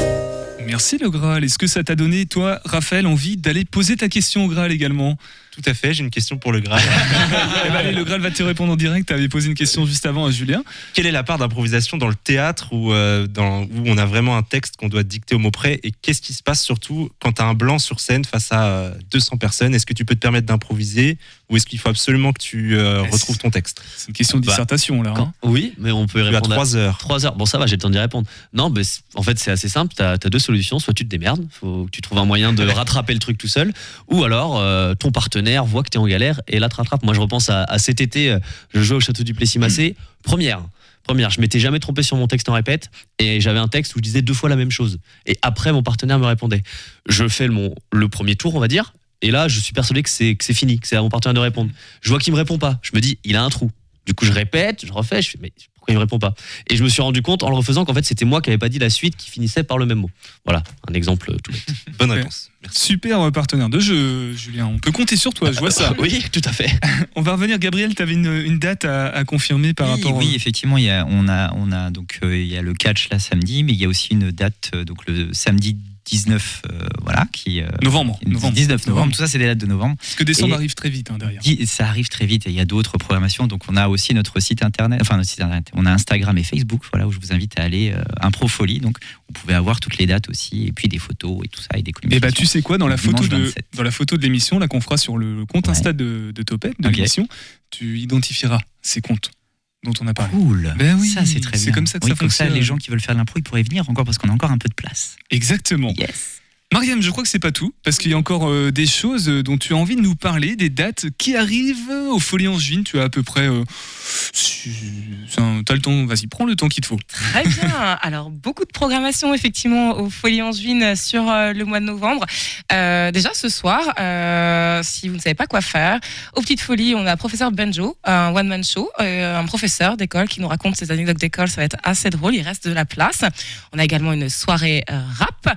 Merci le Graal. Est-ce que ça t'a donné, toi, Raphaël, envie d'aller poser ta question au Graal également? Tout à fait, j'ai une question pour le Graal. Eh ben, allez, le Graal va te répondre en direct. Tu avais posé une question juste avant à Julien. Quelle est la part d'improvisation dans le théâtre où, euh, dans, où on a vraiment un texte qu'on doit dicter au mot près? Et qu'est-ce qui se passe surtout quand tu as un blanc sur scène face à euh, deux cents personnes? Est-ce que tu peux te permettre d'improviser ou est-ce qu'il faut absolument que tu euh, Yes. retrouves ton texte? C'est une question de Bah, dissertation là. Quand- hein. Oui, mais on peut y Tu as répondre. à- trois heures. Trois heures. Bon, ça va, j'ai le temps d'y répondre. Non, mais c'est- en fait, c'est assez simple. Tu as deux solutions. Soit tu te démerdes, faut que tu trouves un moyen de rattraper le truc tout seul, ou alors euh, ton partenaire voit que tu es en galère et là te rattrape. Moi, je repense à, à cet été, euh, je jouais au château du Plessis-Massé. Première. Première, je m'étais jamais trompé sur mon texte en répète et j'avais un texte où je disais deux fois la même chose. Et après, mon partenaire me répondait. Je fais le, mon, le premier tour, on va dire, et là, je suis persuadé que c'est, que c'est fini, que c'est à mon partenaire de répondre. Je vois qu'il me répond pas. Je me dis, il a un trou. Du coup, je répète, je refais, je fais, mais pourquoi il me répond pas? Et je me suis rendu compte en le refaisant qu'en fait, c'était moi qui n'avais pas dit la suite qui finissait par le même mot. Voilà, un exemple tout bête. Bonne Ouais. réponse. Merci. Super euh, partenaire de jeu, Julien. On peut compter sur toi, je vois ça. Oui, tout à fait. On va revenir. Gabriel, tu avais une, une date à, à confirmer par oui, rapport oui, effectivement, il y a, on a, on a donc euh, il y a le catch là samedi, mais il y a aussi une date euh, donc le samedi dix-neuf, euh, voilà, qui euh, novembre. qui- novembre. dix-neuf novembre. Tout ça, c'est des dates de novembre. Parce que décembre Et- arrive très vite hein, derrière. Di- Ça arrive très vite et il y a d'autres programmations. Donc, on a aussi notre site internet, enfin notre site internet. On a Instagram et Facebook, voilà, où je vous invite à aller. Euh, Improfolie. Donc, vous pouvez avoir toutes les dates aussi, et puis des photos et tout ça et des Et communications. bah tu sais quoi, dans la Dimanche photo de vingt-sept. dans la photo de l'émission là qu'on fera sur le compte Ouais. Insta de, de Topette de Ok. l'émission, tu identifieras ces comptes dont on a parlé. Cool. Ben oui, ça c'est très c'est bien. comme ça que Oui, ça comme ça, fonctionne. les gens qui veulent faire de l'impro, ils pourraient venir encore parce qu'on a encore un peu de place. Exactement. Yes. Mariam, je crois que c'est pas tout, parce qu'il y a encore euh, des choses dont tu as envie de nous parler, des dates qui arrivent aux Folies Angevines. Tu as à peu près... Euh, si, t'as le temps, vas-y, prends le temps qu'il te faut. Très bien. Alors, beaucoup de programmation, effectivement, aux Folies Angevines sur euh, le mois de novembre. Euh, déjà, ce soir, euh, si vous ne savez pas quoi faire, aux Petites Folies, on a Professeur Benjo, un one-man show, euh, un professeur d'école qui nous raconte ses anecdotes d'école. Ça va être assez drôle, il reste de la place. On a également une soirée euh, rap.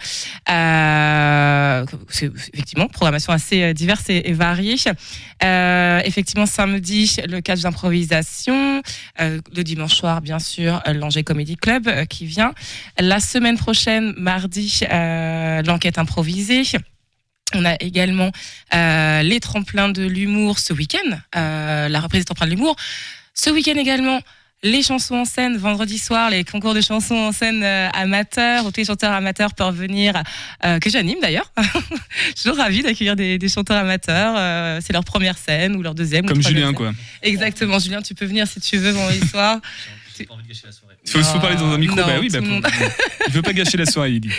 Euh, c'est effectivement programmation assez diverse et, et variée. Euh, effectivement, samedi, le catch d'improvisation. Euh, le dimanche soir, bien sûr, l'Angers Comedy Club euh, qui vient. La semaine prochaine, mardi, euh, l'enquête improvisée. On a également euh, les tremplins de l'humour ce week-end, euh, la reprise des tremplins de l'humour. Ce week-end également, les chansons en scène, vendredi soir, les concours de chansons en scène euh, amateurs, où tous les chanteurs amateurs peuvent venir, euh, que j'anime d'ailleurs. Je suis toujours ravie d'accueillir des, des chanteurs amateurs. Euh, c'est leur première scène ou leur deuxième. Comme ou Julien, scène. quoi. Exactement, Julien, tu peux venir si tu veux vendredi soir. J'ai pas envie de gâcher la soirée. Il faut, faut parler dans un micro. Non, bah oui, tout bah, le pour- monde. il veut pas gâcher la soirée, il dit.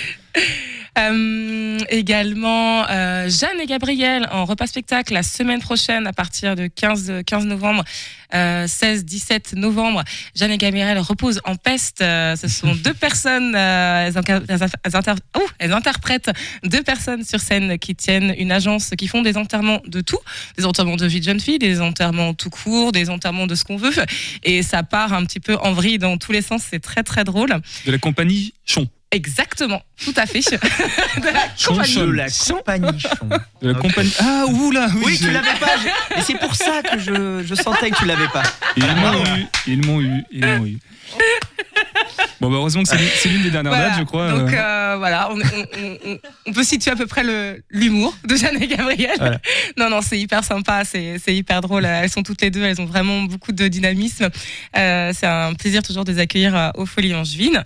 Euh, également euh, Jeanne et Gabriel en repas spectacle la semaine prochaine à partir de quinze novembre, euh, seize dix-sept novembre. Jeanne et Gabriel reposent en peste. Euh, ce sont deux personnes, euh, elles, inca- elles, elles inter- oh, elles interprètent deux personnes sur scène qui tiennent une agence qui font des enterrements de tout, des enterrements de vie de jeune fille, des enterrements tout court, des enterrements de ce qu'on veut, et ça part un petit peu en vrille dans tous les sens. C'est très très drôle. De la compagnie Chon. Exactement, tout à fait. De la compagnie. De la compagnie Chon. De la compagnie. Ah, oula, oui. Oui, j'ai- tu l'avais pas. j'ai- Et c'est pour ça que je, je sentais que tu l'avais pas. Ils m'ont eu, ils m'ont eu, ils m'ont eu. Bon, bah, heureusement que c'est c'est l'une des dernières Voilà. dates, je crois. Donc euh. euh, voilà, on, on- on- on peut situer à peu près le- l'humour de Jeanne et Gabriel. Voilà. Non, non, c'est hyper sympa, c'est c'est hyper drôle. Elles sont toutes les deux, elles ont vraiment beaucoup de dynamisme. Euh, c'est un plaisir toujours de les accueillir euh, aux Folies Angevines.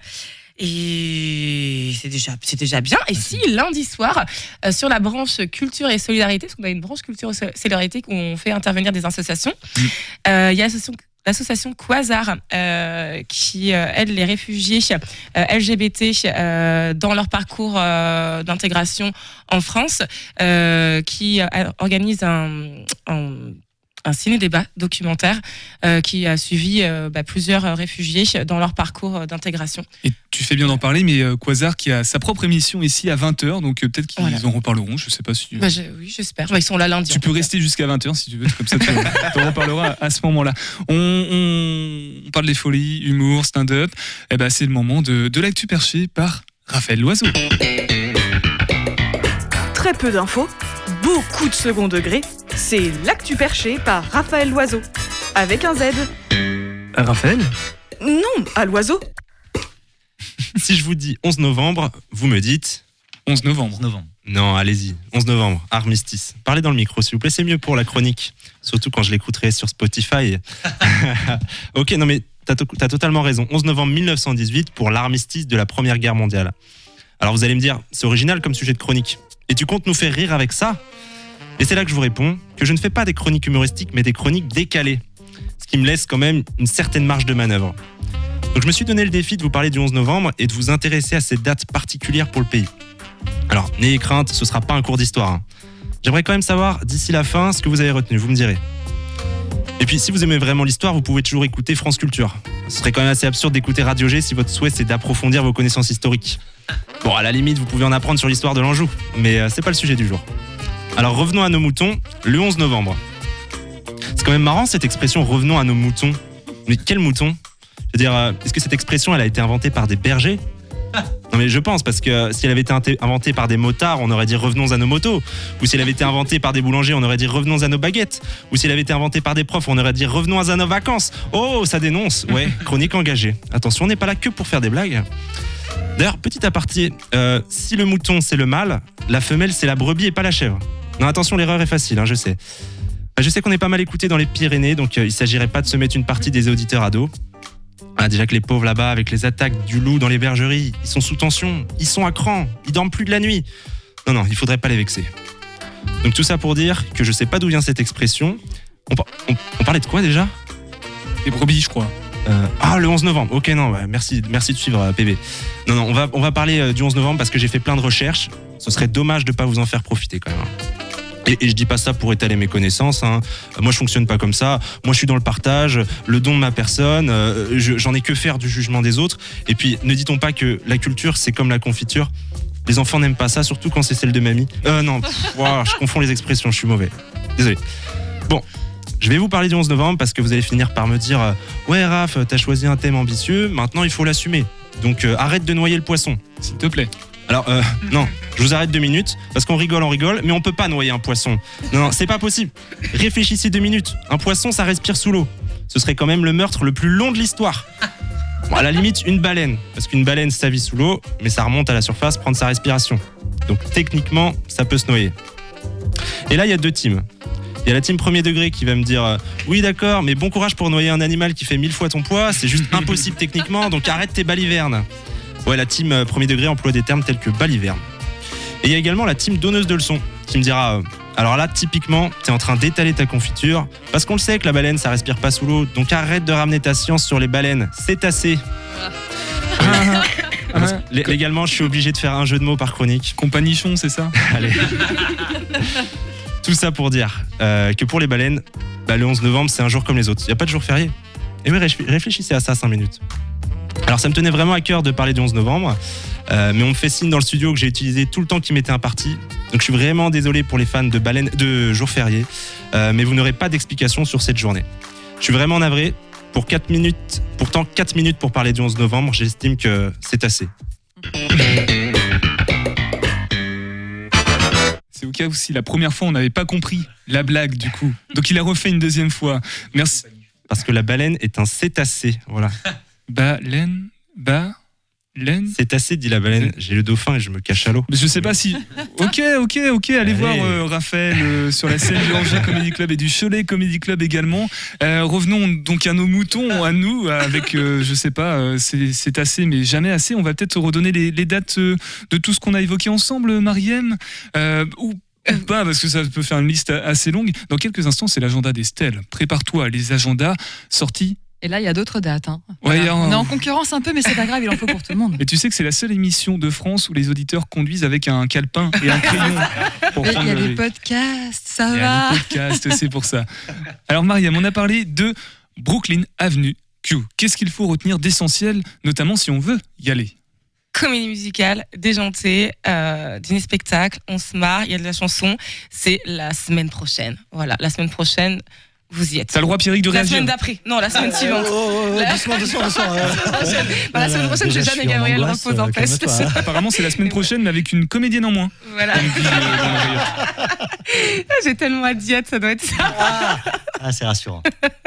Et c'est déjà, c'est déjà bien. Et si lundi soir, euh, sur la branche culture et solidarité, parce qu'on a une branche culture et solidarité où on fait intervenir des associations, euh, il y a l'association l'association Quasar euh, qui euh, aide les réfugiés euh, L G B T euh, dans leur parcours euh, d'intégration en France, euh, qui euh, organise un, un un ciné-débat documentaire euh, qui a suivi euh, bah, plusieurs euh, réfugiés dans leur parcours euh, d'intégration. Et tu fais bien d'en parler, mais euh, Quasar qui a sa propre émission ici à vingt heures, donc euh, peut-être qu'ils Voilà. en reparleront, je sais pas si... Bah, je- oui, j'espère. Bah, ils sont là lundi. Tu en peux tout cas. rester jusqu'à vingt heures si tu veux, comme ça tu en reparleras à ce moment-là. On, on- on parle des folies, humour, stand-up. Et ben c'est le moment de, de l'actu perché par Raphaël Loiseau. Très peu d'infos, beaucoup de second degré. C'est l'actu perché par Raphaël Loiseau. Avec un Z. Raphaël ? Non, à l'oiseau. Si je vous dis onze novembre, vous me dites onze novembre. novembre. Non, allez-y. onze novembre, armistice. Parlez dans le micro, s'il vous plaît, c'est mieux pour la chronique. Surtout quand je l'écouterai sur Spotify. Ok, non mais t'as, to- t'as totalement raison. onze novembre mille neuf cent dix-huit pour l'armistice de la Première Guerre mondiale. Alors vous allez me dire, c'est original comme sujet de chronique. Et tu comptes nous faire rire avec ça ? Et c'est là que je vous réponds que je ne fais pas des chroniques humoristiques, mais des chroniques décalées. Ce qui me laisse quand même une certaine marge de manœuvre. Donc je me suis donné le défi de vous parler du onze novembre et de vous intéresser à cette date particulière pour le pays. Alors, n'ayez crainte, ce sera pas un cours d'histoire. hein. J'aimerais quand même savoir, d'ici la fin, ce que vous avez retenu, vous me direz. Et puis, si vous aimez vraiment l'histoire, vous pouvez toujours écouter France Culture. Ce serait quand même assez absurde d'écouter Radio G si votre souhait c'est d'approfondir vos connaissances historiques. Bon, à la limite, vous pouvez en apprendre sur l'histoire de l'Anjou, mais euh, c'est pas le sujet du jour. Alors revenons à nos moutons, le onze novembre. C'est quand même marrant cette expression « revenons à nos moutons ». Mais quel mouton ? Je veux dire, euh, est-ce que cette expression elle a été inventée par des bergers ? Non mais je pense, parce que euh, si elle avait été inté- inventée par des motards, on aurait dit « revenons à nos motos ». Ou si elle avait été inventée par des boulangers, on aurait dit « revenons à nos baguettes ». Ou si elle avait été inventée par des profs, on aurait dit « revenons à nos vacances ». Oh, ça dénonce. Ouais, chronique engagée. Attention, on n'est pas là que pour faire des blagues. D'ailleurs, petit aparté, euh, si le mouton c'est le mâle, la femelle c'est la brebis et pas la chèvre. Non, attention, l'erreur est facile, hein, je sais. Bah, je sais qu'on est pas mal écouté dans les Pyrénées, donc euh, il s'agirait pas de se mettre une partie des auditeurs à dos. Ah, déjà que les pauvres là-bas, avec les attaques du loup dans les bergeries, ils sont sous tension, ils sont à cran, ils dorment plus de la nuit. Non, non, il faudrait pas les vexer. Donc tout ça pour dire que je sais pas d'où vient cette expression. On, par- on- on parlait de quoi déjà ? Les brebis, je crois. Euh, ah, le onze novembre. Ok, non, ouais, merci, merci de suivre, euh, P B. Non, non, on va, on va parler euh, du onze novembre parce que j'ai fait plein de recherches. Ce serait dommage de pas vous en faire profiter quand même. Et, et je dis pas ça pour étaler mes connaissances. Hein. Moi, je fonctionne pas comme ça. Moi, je suis dans le partage, le don de ma personne. Euh, je, j'en ai que faire du jugement des autres. Et puis, ne dit-on pas que la culture, c'est comme la confiture. Les enfants n'aiment pas ça, surtout quand c'est celle de mamie. Euh, non, pff, wow, je confonds les expressions, je suis mauvais. Désolé. Bon, je vais vous parler du onze novembre parce que vous allez finir par me dire euh, ouais, Raph, t'as choisi un thème ambitieux. Maintenant, il faut l'assumer. Donc, euh, arrête de noyer le poisson, s'il te plaît. Alors, euh, non, je vous arrête deux minutes, parce qu'on rigole, on rigole, mais on peut pas noyer un poisson. Non, non, c'est pas possible. Réfléchissez deux minutes. Un poisson, ça respire sous l'eau. Ce serait quand même le meurtre le plus long de l'histoire. Bon, à la limite, une baleine, parce qu'une baleine, ça vit sous l'eau, mais ça remonte à la surface, prendre sa respiration. Donc, techniquement, ça peut se noyer. Et là, il y a deux teams. Il y a la team premier degré qui va me dire euh, oui, d'accord, mais bon courage pour noyer un animal qui fait mille fois ton poids, c'est juste impossible techniquement, donc arrête tes balivernes. Ouais, la team euh, premier degré emploie des termes tels que baliverne. Et il y a également la team donneuse de leçons qui me dira euh, alors là, typiquement, t'es en train d'étaler ta confiture parce qu'on le sait que la baleine, ça respire pas sous l'eau, donc arrête de ramener ta science sur les baleines, c'est assez. Ah, Parce que, lé- légalement, je suis obligé de faire un jeu de mots par chronique. Compagnichon, c'est ça? Allez. Tout ça pour dire euh, que pour les baleines, bah, le onze novembre, c'est un jour comme les autres. Il n'y a pas de jour férié. Et oui, réfléchissez à ça cinq minutes. Alors ça me tenait vraiment à cœur de parler du onze novembre, euh, mais on me fait signe dans le studio que j'ai utilisé tout le temps qui m'était imparti. Donc je suis vraiment désolé pour les fans de baleines, de jours fériés, euh, mais vous n'aurez pas d'explication sur cette journée. Je suis vraiment navré. Pour quatre minutes, pourtant quatre minutes pour parler du onze novembre, j'estime que c'est assez. C'est au cas où si la première fois on n'avait pas compris la blague du coup. Donc il a refait une deuxième fois. Merci. Parce que la baleine est un cétacé, voilà. Baleine, baleine. Cétacé, dit la baleine. J'ai le dauphin et je me cache à l'eau. Mais je sais pas si. Ok, ok, ok. Allez, allez. voir euh, Raphaël euh, sur la scène du Angers Comedy Club et du Cholet Comedy Club également. Euh, revenons donc à nos moutons, à nous, avec, euh, je sais pas, euh, c'est, c'est assez, mais jamais assez. On va peut-être redonner les, les dates euh, de tout ce qu'on a évoqué ensemble, Mariem. Euh, ou Ou pas, parce que ça peut faire une liste assez longue. Dans quelques instants, c'est l'agenda d'Estelle. Prépare-toi, les agendas sortis. Et là, il y a d'autres dates. Hein. Ouais, voilà. un... On est en concurrence un peu, mais c'est pas grave, il en faut pour tout le monde. Et tu sais que c'est la seule émission de France où les auditeurs conduisent avec un calepin et un crayon. Il y a les podcasts, ça il va. Il y a les podcasts, c'est pour ça. Alors, Mariam, on a parlé de Brooklyn Avenue Q. Qu'est-ce qu'il faut retenir d'essentiel, notamment si on veut y aller? Comédie musicale, déjantée, euh, dîner spectacle, on se marre, il y a de la chanson. C'est la semaine prochaine. Voilà, la semaine prochaine, vous y êtes. T'as le droit, Pierrick, de la réagir. La semaine d'après, non, la semaine suivante. Oh, oh, oh, la... doucement, doucement, doucement. la semaine prochaine, bah, la semaine prochaine, j'ai jamais Gabriel repose en peste. Apparemment, c'est la semaine prochaine, mais avec une comédienne en moins. Voilà. J'ai tellement hâte d'y être, ça doit être ça. Ah, ah c'est rassurant.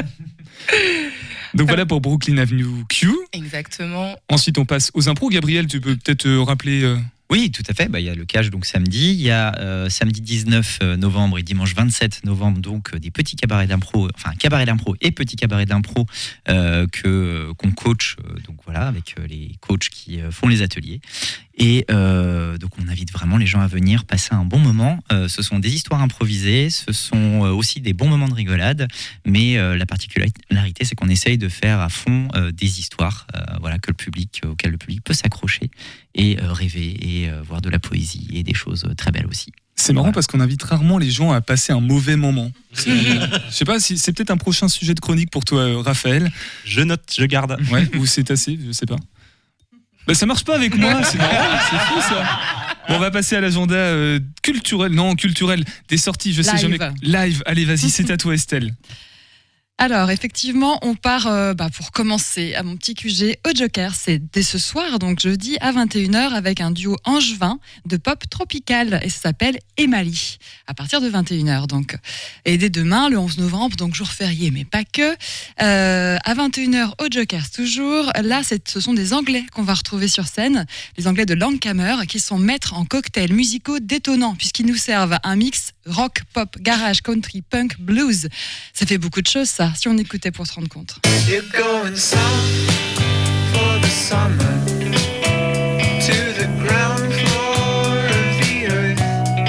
Donc voilà pour Brooklyn Avenue Q. Exactement. Ensuite, on passe aux impros. Gabriel, tu peux peut-être euh, rappeler... Euh... Oui, tout à fait. Bah, il y a le Cache donc samedi. Il y a euh, samedi dix-neuf novembre et dimanche vingt-sept novembre donc des petits cabarets d'impro, enfin cabarets d'impro et petits cabarets d'impro euh, que qu'on coach euh, donc voilà avec euh, les coachs qui euh, font les ateliers. Et euh, donc on invite vraiment les gens à venir passer un bon moment. Euh, ce sont des histoires improvisées, ce sont euh, aussi des bons moments de rigolade, mais euh, la particularité c'est qu'on essaye de faire à fond euh, des histoires, euh, voilà que le public, euh, auquel le public peut s'accrocher et euh, rêver et euh, voir de la poésie et des choses euh, très belles aussi. C'est marrant voilà. Parce qu'on invite rarement les gens à passer un mauvais moment. Je sais pas si c'est peut-être un prochain sujet de chronique pour toi, euh, Raphaël. Je note, je garde. Ouais, ou c'est assez, je sais pas. Bah ça marche pas avec moi, c'est marrant, c'est fou ça. Bon, on va passer à l'agenda euh, culturel, non culturel, des sorties, je sais Live. jamais. Live, allez vas-y, c'est à toi Estelle. Alors, effectivement, on part euh, bah, pour commencer à mon petit Q G au Joker. C'est dès ce soir, donc jeudi à vingt et une heures, avec un duo angevin de pop tropical. Et ça s'appelle Emali, à partir de vingt et une heures. Donc. Et dès demain, le onze novembre, donc jour férié, mais pas que, euh, à vingt et une heures au Joker toujours. Là, c'est, ce sont des Anglais qu'on va retrouver sur scène, les Anglais de Langhammer, qui sont maîtres en cocktails musicaux détonnants, puisqu'ils nous servent un mix rock, pop, garage, country, punk, blues. Ça fait beaucoup de choses, ça. Si on écoutait pour se rendre compte. You're going south for the summer to the ground floor of the earth.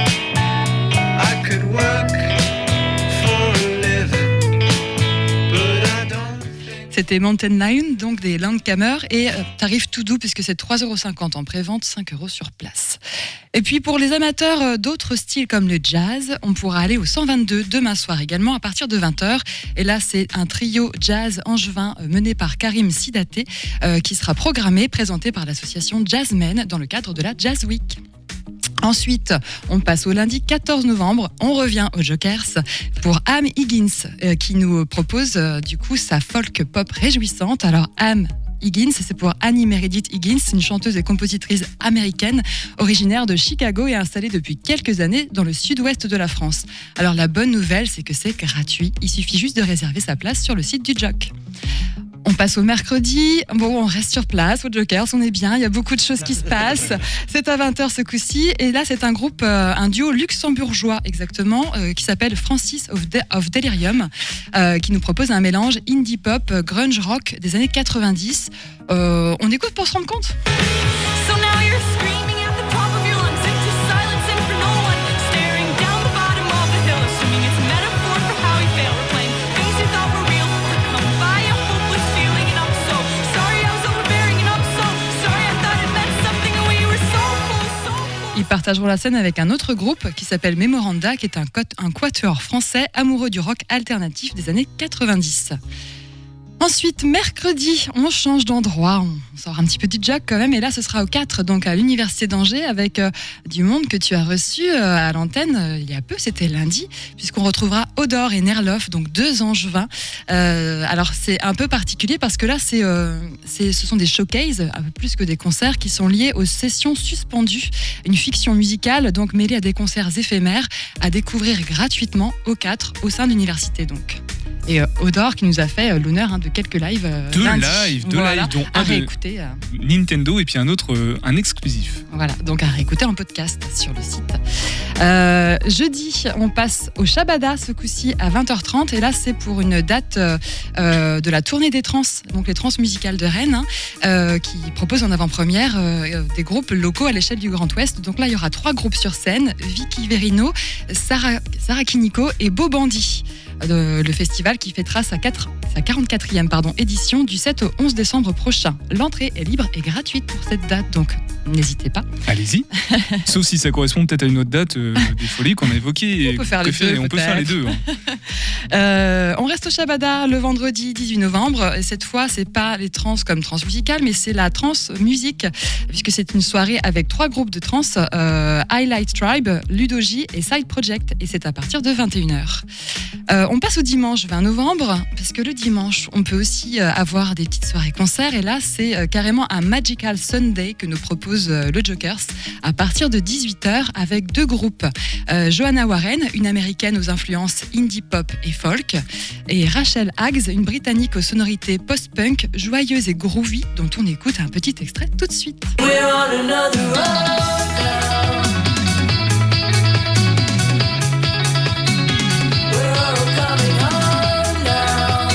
I could work for a living, but I don't. c'était Mountain Lion, donc des Landkammer, et euh, tarif tout doux puisque c'est trois euros cinquante en pré-vente, cinq euros sur place. Et puis pour les amateurs euh, d'autres styles comme le jazz, on pourra aller au cent vingt-deux demain soir également à partir de vingt heures. Et là, c'est un trio jazz angevin euh, mené par Karim Sidaté euh, qui sera programmé, présenté par l'association Jazzmen dans le cadre de la Jazz Week. Ensuite, on passe au lundi quatorze novembre, on revient aux Jokers pour Am Higgins euh, qui nous propose euh, du coup sa folk pop réjouissante. Alors Am Higgins, c'est pour Annie Meredith Higgins, une chanteuse et compositrice américaine originaire de Chicago et installée depuis quelques années dans le sud-ouest de la France. Alors la bonne nouvelle, c'est que c'est gratuit, il suffit juste de réserver sa place sur le site du Jock. On passe au mercredi, bon, on reste sur place, au Jokers, on est bien, il y a beaucoup de choses qui se passent. C'est à vingt heures ce coup-ci, et là c'est un groupe, euh, un duo luxembourgeois exactement, euh, qui s'appelle Francis of, De- of Delirium, euh, qui nous propose un mélange indie pop, euh, grunge rock des années quatre-vingt-dix. Euh, on écoute pour se rendre compte. So now you're screaming at the top of your lungs into silence and for no one, staring down the bottom of the hill, assuming it's a metaphor for how you fail. We're playing things you thought were real, come by a hopeless feeling, and I'm so sorry I was overbearing, and I'm so sorry I thought it meant something, and we were so cool, so cool. Ils partageront la scène avec un autre groupe qui s'appelle Memoranda, qui est un, quat- un quatuor français amoureux du rock alternatif des années quatre-vingt-dix. Ensuite, mercredi, on change d'endroit, on sort un petit peu du Jock quand même, et là ce sera au quatre, donc à l'Université d'Angers, avec euh, du monde que tu as reçu euh, à l'antenne euh, il y a peu, c'était lundi, puisqu'on retrouvera Odor et Nerlof, donc deux angevins. Euh, alors c'est un peu particulier parce que là c'est, euh, c'est, ce sont des showcases, un peu plus que des concerts, qui sont liés aux sessions suspendues, une fiction musicale donc mêlée à des concerts éphémères, à découvrir gratuitement au quatre, au sein de l'université donc. Et euh, Odor qui nous a fait euh, l'honneur hein, de quelques lives euh, Deux lundi. lives, deux Voilà, lives, dont à un de réécouter. euh, Nintendo et puis un autre, euh, un exclusif. Voilà, donc à réécouter en podcast sur le site. Euh, jeudi, on passe au Shabada ce coup-ci à vingt heures trente, et là c'est pour une date euh, euh, de la tournée des trans, donc les trans musicales de Rennes, hein, euh, qui propose en avant-première euh, des groupes locaux à l'échelle du Grand Ouest. Donc là il y aura trois groupes sur scène, Vicky Verino, Sarah, Sarah Kiniko et Beau Bandit. Euh, le festival qui fêtera sa, quatre, sa quarante-quatrième pardon, édition du sept au onze décembre prochain. L'entrée est libre et gratuite pour cette date, donc n'hésitez pas. Allez-y. Sauf si ça correspond peut-être à une autre date euh, des folies qu'on a évoquées. On peut faire les deux, On peut faire les deux. Hein. Euh, on reste au Shabada le vendredi dix-huit novembre. Et cette fois, c'est pas les trans comme trans musicales, mais c'est la trans musique, puisque c'est une soirée avec trois groupes de trans, euh, Highlight Tribe, Ludoji et Side Project. Et c'est à partir de vingt et une heures. Euh, on passe au dimanche vingt novembre, parce que le dimanche, on peut aussi euh, avoir des petites soirées concerts. Et là, c'est euh, carrément un Magical Sunday que nous propose euh, le Jokers à partir de dix-huit heures avec deux groupes. Euh, Johanna Warren, une américaine aux influences indie pop et folk, et Rachel Haggs, une britannique aux sonorités post-punk, joyeuse et groovy, dont on écoute un petit extrait tout de suite. We're on another road now. We're all coming home now.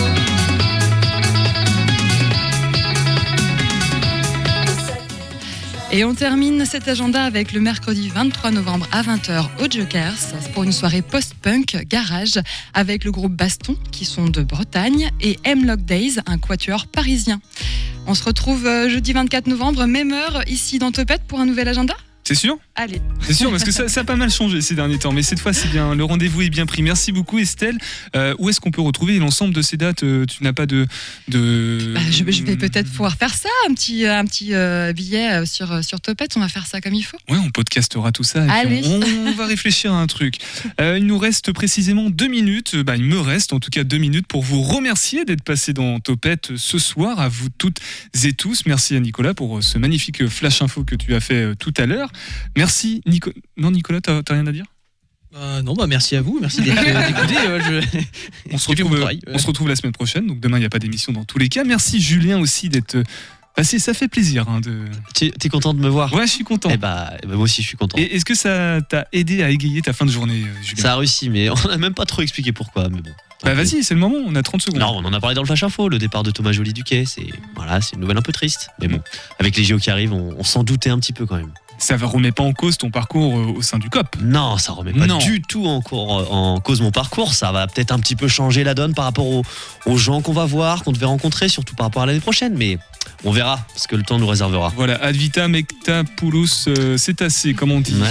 Et on termine cet agenda avec le mercredi vingt-trois novembre à vingt heures au Jokers pour une soirée post-punk garage avec le groupe Baston qui sont de Bretagne et Hemlock Days, un quatuor parisien. On se retrouve jeudi vingt-quatre novembre, même heure, ici dans Topette pour un nouvel agenda. C'est sûr ? Allez. C'est sûr, parce que ça, ça a pas mal changé ces derniers temps, mais cette fois c'est bien, le rendez-vous est bien pris. Merci beaucoup Estelle. Euh, où est-ce qu'on peut retrouver l'ensemble de ces dates ? Tu n'as pas de... de... Bah, je, je vais peut-être pouvoir faire ça, un petit, un petit euh, billet sur, sur Topette, on va faire ça comme il faut. Ouais, on podcastera tout ça. Et Allez. On, on va réfléchir à un truc. Euh, il nous reste précisément deux minutes, bah, il me reste en tout cas deux minutes pour vous remercier d'être passé dans Topette ce soir, à vous toutes et tous. Merci à Nicolas pour ce magnifique flash info que tu as fait tout à l'heure. Merci Nico... Non Nicolas, t'as, t'as rien à dire ? Euh, non, bah merci à vous, merci d'être, d'écouter. Euh, je... on, se retrouve, travail, ouais. on se retrouve la semaine prochaine, donc demain il n'y a pas d'émission dans tous les cas. Merci Julien aussi d'être passé, ça fait plaisir. Hein, de... T'es, t'es content de me voir ? Ouais, je suis content. Eh bah, eh bah moi aussi je suis content. Et est-ce que ça t'a aidé à égayer ta fin de journée, Julien ? Ça a réussi, mais on n'a même pas trop expliqué pourquoi, mais bon. Bah vas-y, c'est le moment, on a trente secondes. Non, on en a parlé dans le Flash Info, le départ de Thomas Joly du Quai, c'est, voilà, c'est une nouvelle un peu triste. Mais bon, avec les J O qui arrivent, on, on s'en doutait un petit peu quand même. Ça ne remet pas en cause ton parcours euh, au sein du C O P. Non, ça remet pas Non. du tout en, cours- en cause mon parcours. Ça va peut-être un petit peu changer la donne par rapport aux, aux gens qu'on va voir, qu'on devait rencontrer, surtout par rapport à l'année prochaine. Mais on verra, parce que le temps nous réservera. Voilà, ad vitam aeternam euh, c'est assez, comme on dit. Ouais.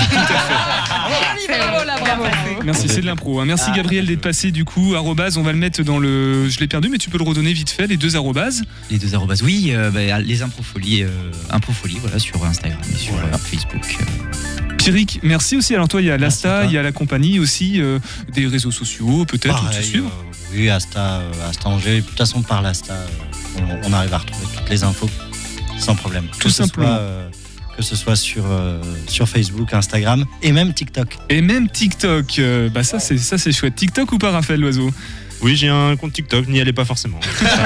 Bravo, là, bravo. Merci, c'est de l'impro. hein. Merci Gabriel d'être passé du coup. Arrobase, on va le mettre dans le. Je l'ai perdu, mais tu peux le redonner vite fait, les deux arrobases. Les deux arrobas, oui, euh, bah, les improfolies, euh, improfolies, voilà, sur Instagram et sur Voilà. euh, Facebook. euh. Pierrick, merci aussi. Alors toi, il y a l'Asta, Merci, toi. il y a la compagnie aussi, euh, des réseaux sociaux peut-être, où te Pareil, suivre. euh, oui, Asta, euh, Asta Angers. De toute façon, par l'Asta, euh, on, on arrive à retrouver toutes les infos sans problème. Tout Que ce simplement. soit, euh, que ce soit sur, euh, sur Facebook, Instagram et même TikTok. Et même TikTok, euh, bah ça c'est ça c'est chouette. TikTok ou pas, Raphaël Loiseau? Oui, j'ai un compte TikTok, n'y allez pas forcément.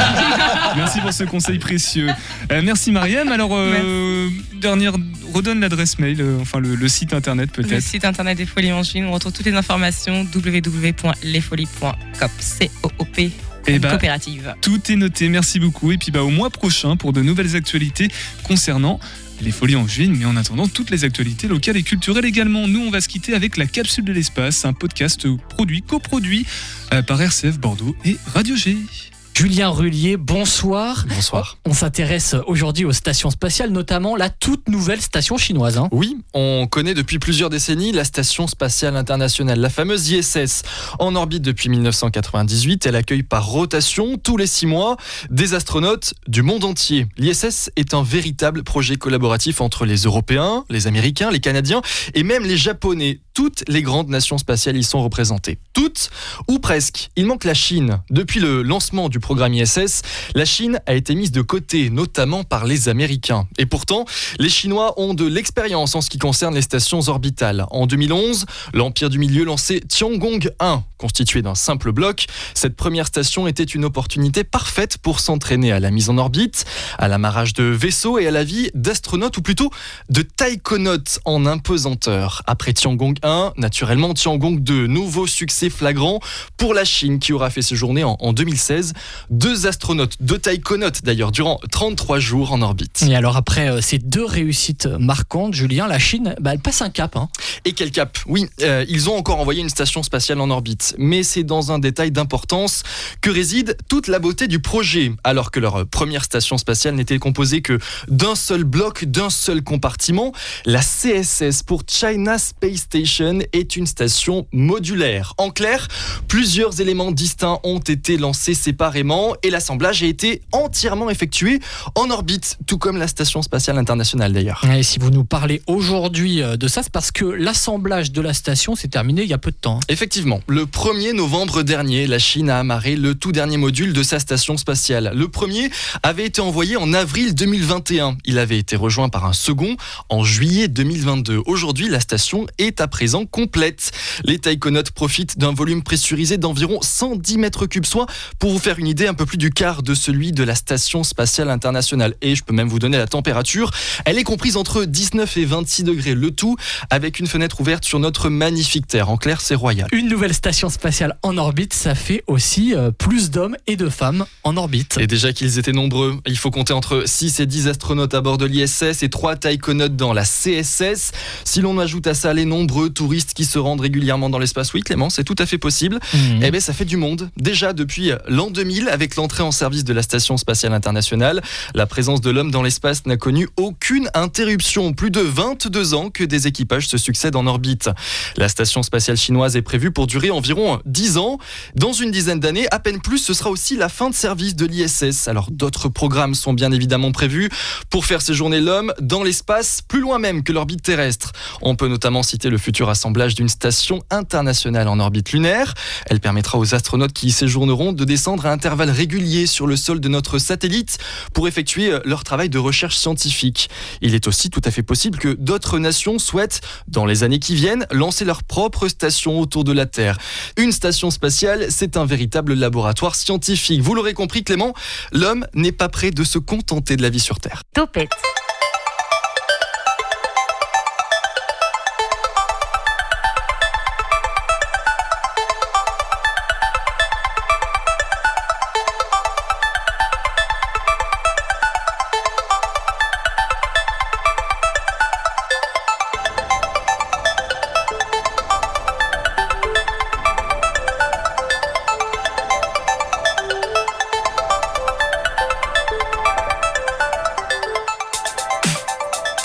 Merci pour ce conseil précieux. Euh, merci Mariam. Alors euh, dernière, redonne l'adresse mail, euh, enfin le, le site internet Le peut-être. site internet des Folies Angevines, on retrouve toutes les informations w w w point les folies point coop, C O O P, Eh bah, coopérative. tout est noté. Merci beaucoup. Et puis bah au mois prochain pour de nouvelles actualités concernant les Folies Angevines, mais en attendant toutes les actualités locales et culturelles également. Nous, on va se quitter avec la Capsule de l'espace, un podcast produit, coproduit euh, par R C F Bordeaux et Radio G. Julien Rullier, bonsoir. Bonsoir. On s'intéresse aujourd'hui aux stations spatiales, notamment la toute nouvelle station chinoise. Hein. Oui, on connaît depuis plusieurs décennies la Station Spatiale Internationale, la fameuse I S S. En orbite depuis mille neuf cent quatre-vingt-dix-huit, elle accueille par rotation, tous les six mois, des astronautes du monde entier. L'I S S est un véritable projet collaboratif entre les Européens, les Américains, les Canadiens et même les Japonais. Toutes les grandes nations spatiales y sont représentées. Toutes, ou presque. Il manque la Chine. Depuis le lancement du programme I S S, la Chine a été mise de côté, notamment par les Américains. Et pourtant, les Chinois ont de l'expérience en ce qui concerne les stations orbitales. En deux mille onze, l'Empire du Milieu lançait Tiangong un, constitué d'un simple bloc. Cette première station était une opportunité parfaite pour s'entraîner à la mise en orbite, à l'amarrage de vaisseaux et à la vie d'astronautes, ou plutôt de taïkonautes en impesanteur. Après Tiangong un, naturellement Tiangong deux, nouveau succès flagrant pour la Chine qui aura fait séjourner en, en deux mille seize deux astronautes, deux taïkonautes d'ailleurs, durant trente-trois jours en orbite. Et alors après euh, ces deux réussites marquantes, Julien, la Chine, bah, elle passe un cap. Hein. Et quel cap? Oui, euh, ils ont encore envoyé une station spatiale en orbite. Mais c'est dans un détail d'importance que réside toute la beauté du projet. Alors que leur première station spatiale n'était composée que d'un seul bloc, d'un seul compartiment, la C S S pour China Space Station est une station modulaire. En clair, plusieurs éléments distincts ont été lancés séparément et l'assemblage a été entièrement effectué en orbite, tout comme la station spatiale internationale d'ailleurs. Et si vous nous parlez aujourd'hui euh, de ça, c'est parce que l'assemblage de la station s'est terminé il y a peu de temps. Hein. Effectivement, le premier novembre dernier, la Chine a amarré le tout dernier module de sa station spatiale. Le premier avait été envoyé en avril deux mille vingt et un. Il avait été rejoint par un second en juillet deux mille vingt-deux. Aujourd'hui, la station est à présent complète. Les taïkonautes profitent d'un volume pressurisé d'environ cent dix mètres cubes, soit, pour vous faire une idée, un peu plus du quart de celui de la Station Spatiale Internationale. Et je peux même vous donner la température. Elle est comprise entre dix-neuf et vingt-six degrés, le tout avec une fenêtre ouverte sur notre magnifique Terre. En clair, c'est royal. Une nouvelle station spatiale en orbite, ça fait aussi euh, plus d'hommes et de femmes en orbite. Et déjà qu'ils étaient nombreux, il faut compter entre six et dix astronautes à bord de l'I S S et trois taïkonautes dans la C S S. Si l'on ajoute à ça les nombreux touristes qui se rendent régulièrement dans l'espace, oui Clément, c'est tout à fait possible, Mmh. eh bien ça fait du monde. Déjà depuis l'an deux mille, avec l'entrée en service de la Station Spatiale Internationale, la présence de l'homme dans l'espace n'a connu aucune interruption. Plus de vingt-deux ans que des équipages se succèdent en orbite. La Station Spatiale Chinoise est prévue pour durer environ dix ans. Dans une dizaine d'années, à peine plus, ce sera aussi la fin de service de l'I S S. Alors d'autres programmes sont bien évidemment prévus pour faire séjourner l'homme dans l'espace, plus loin même que l'orbite terrestre. On peut notamment citer le futur assemblage d'une station internationale en orbite lunaire. Elle permettra aux astronautes qui y séjourneront de descendre à intervalles réguliers sur le sol de notre satellite pour effectuer leur travail de recherche scientifique. Il est aussi tout à fait possible que d'autres nations souhaitent, dans les années qui viennent, lancer leur propre station autour de la Terre. Une station spatiale, c'est un véritable laboratoire scientifique. Vous l'aurez compris Clément, l'homme n'est pas prêt de se contenter de la vie sur Terre. Topette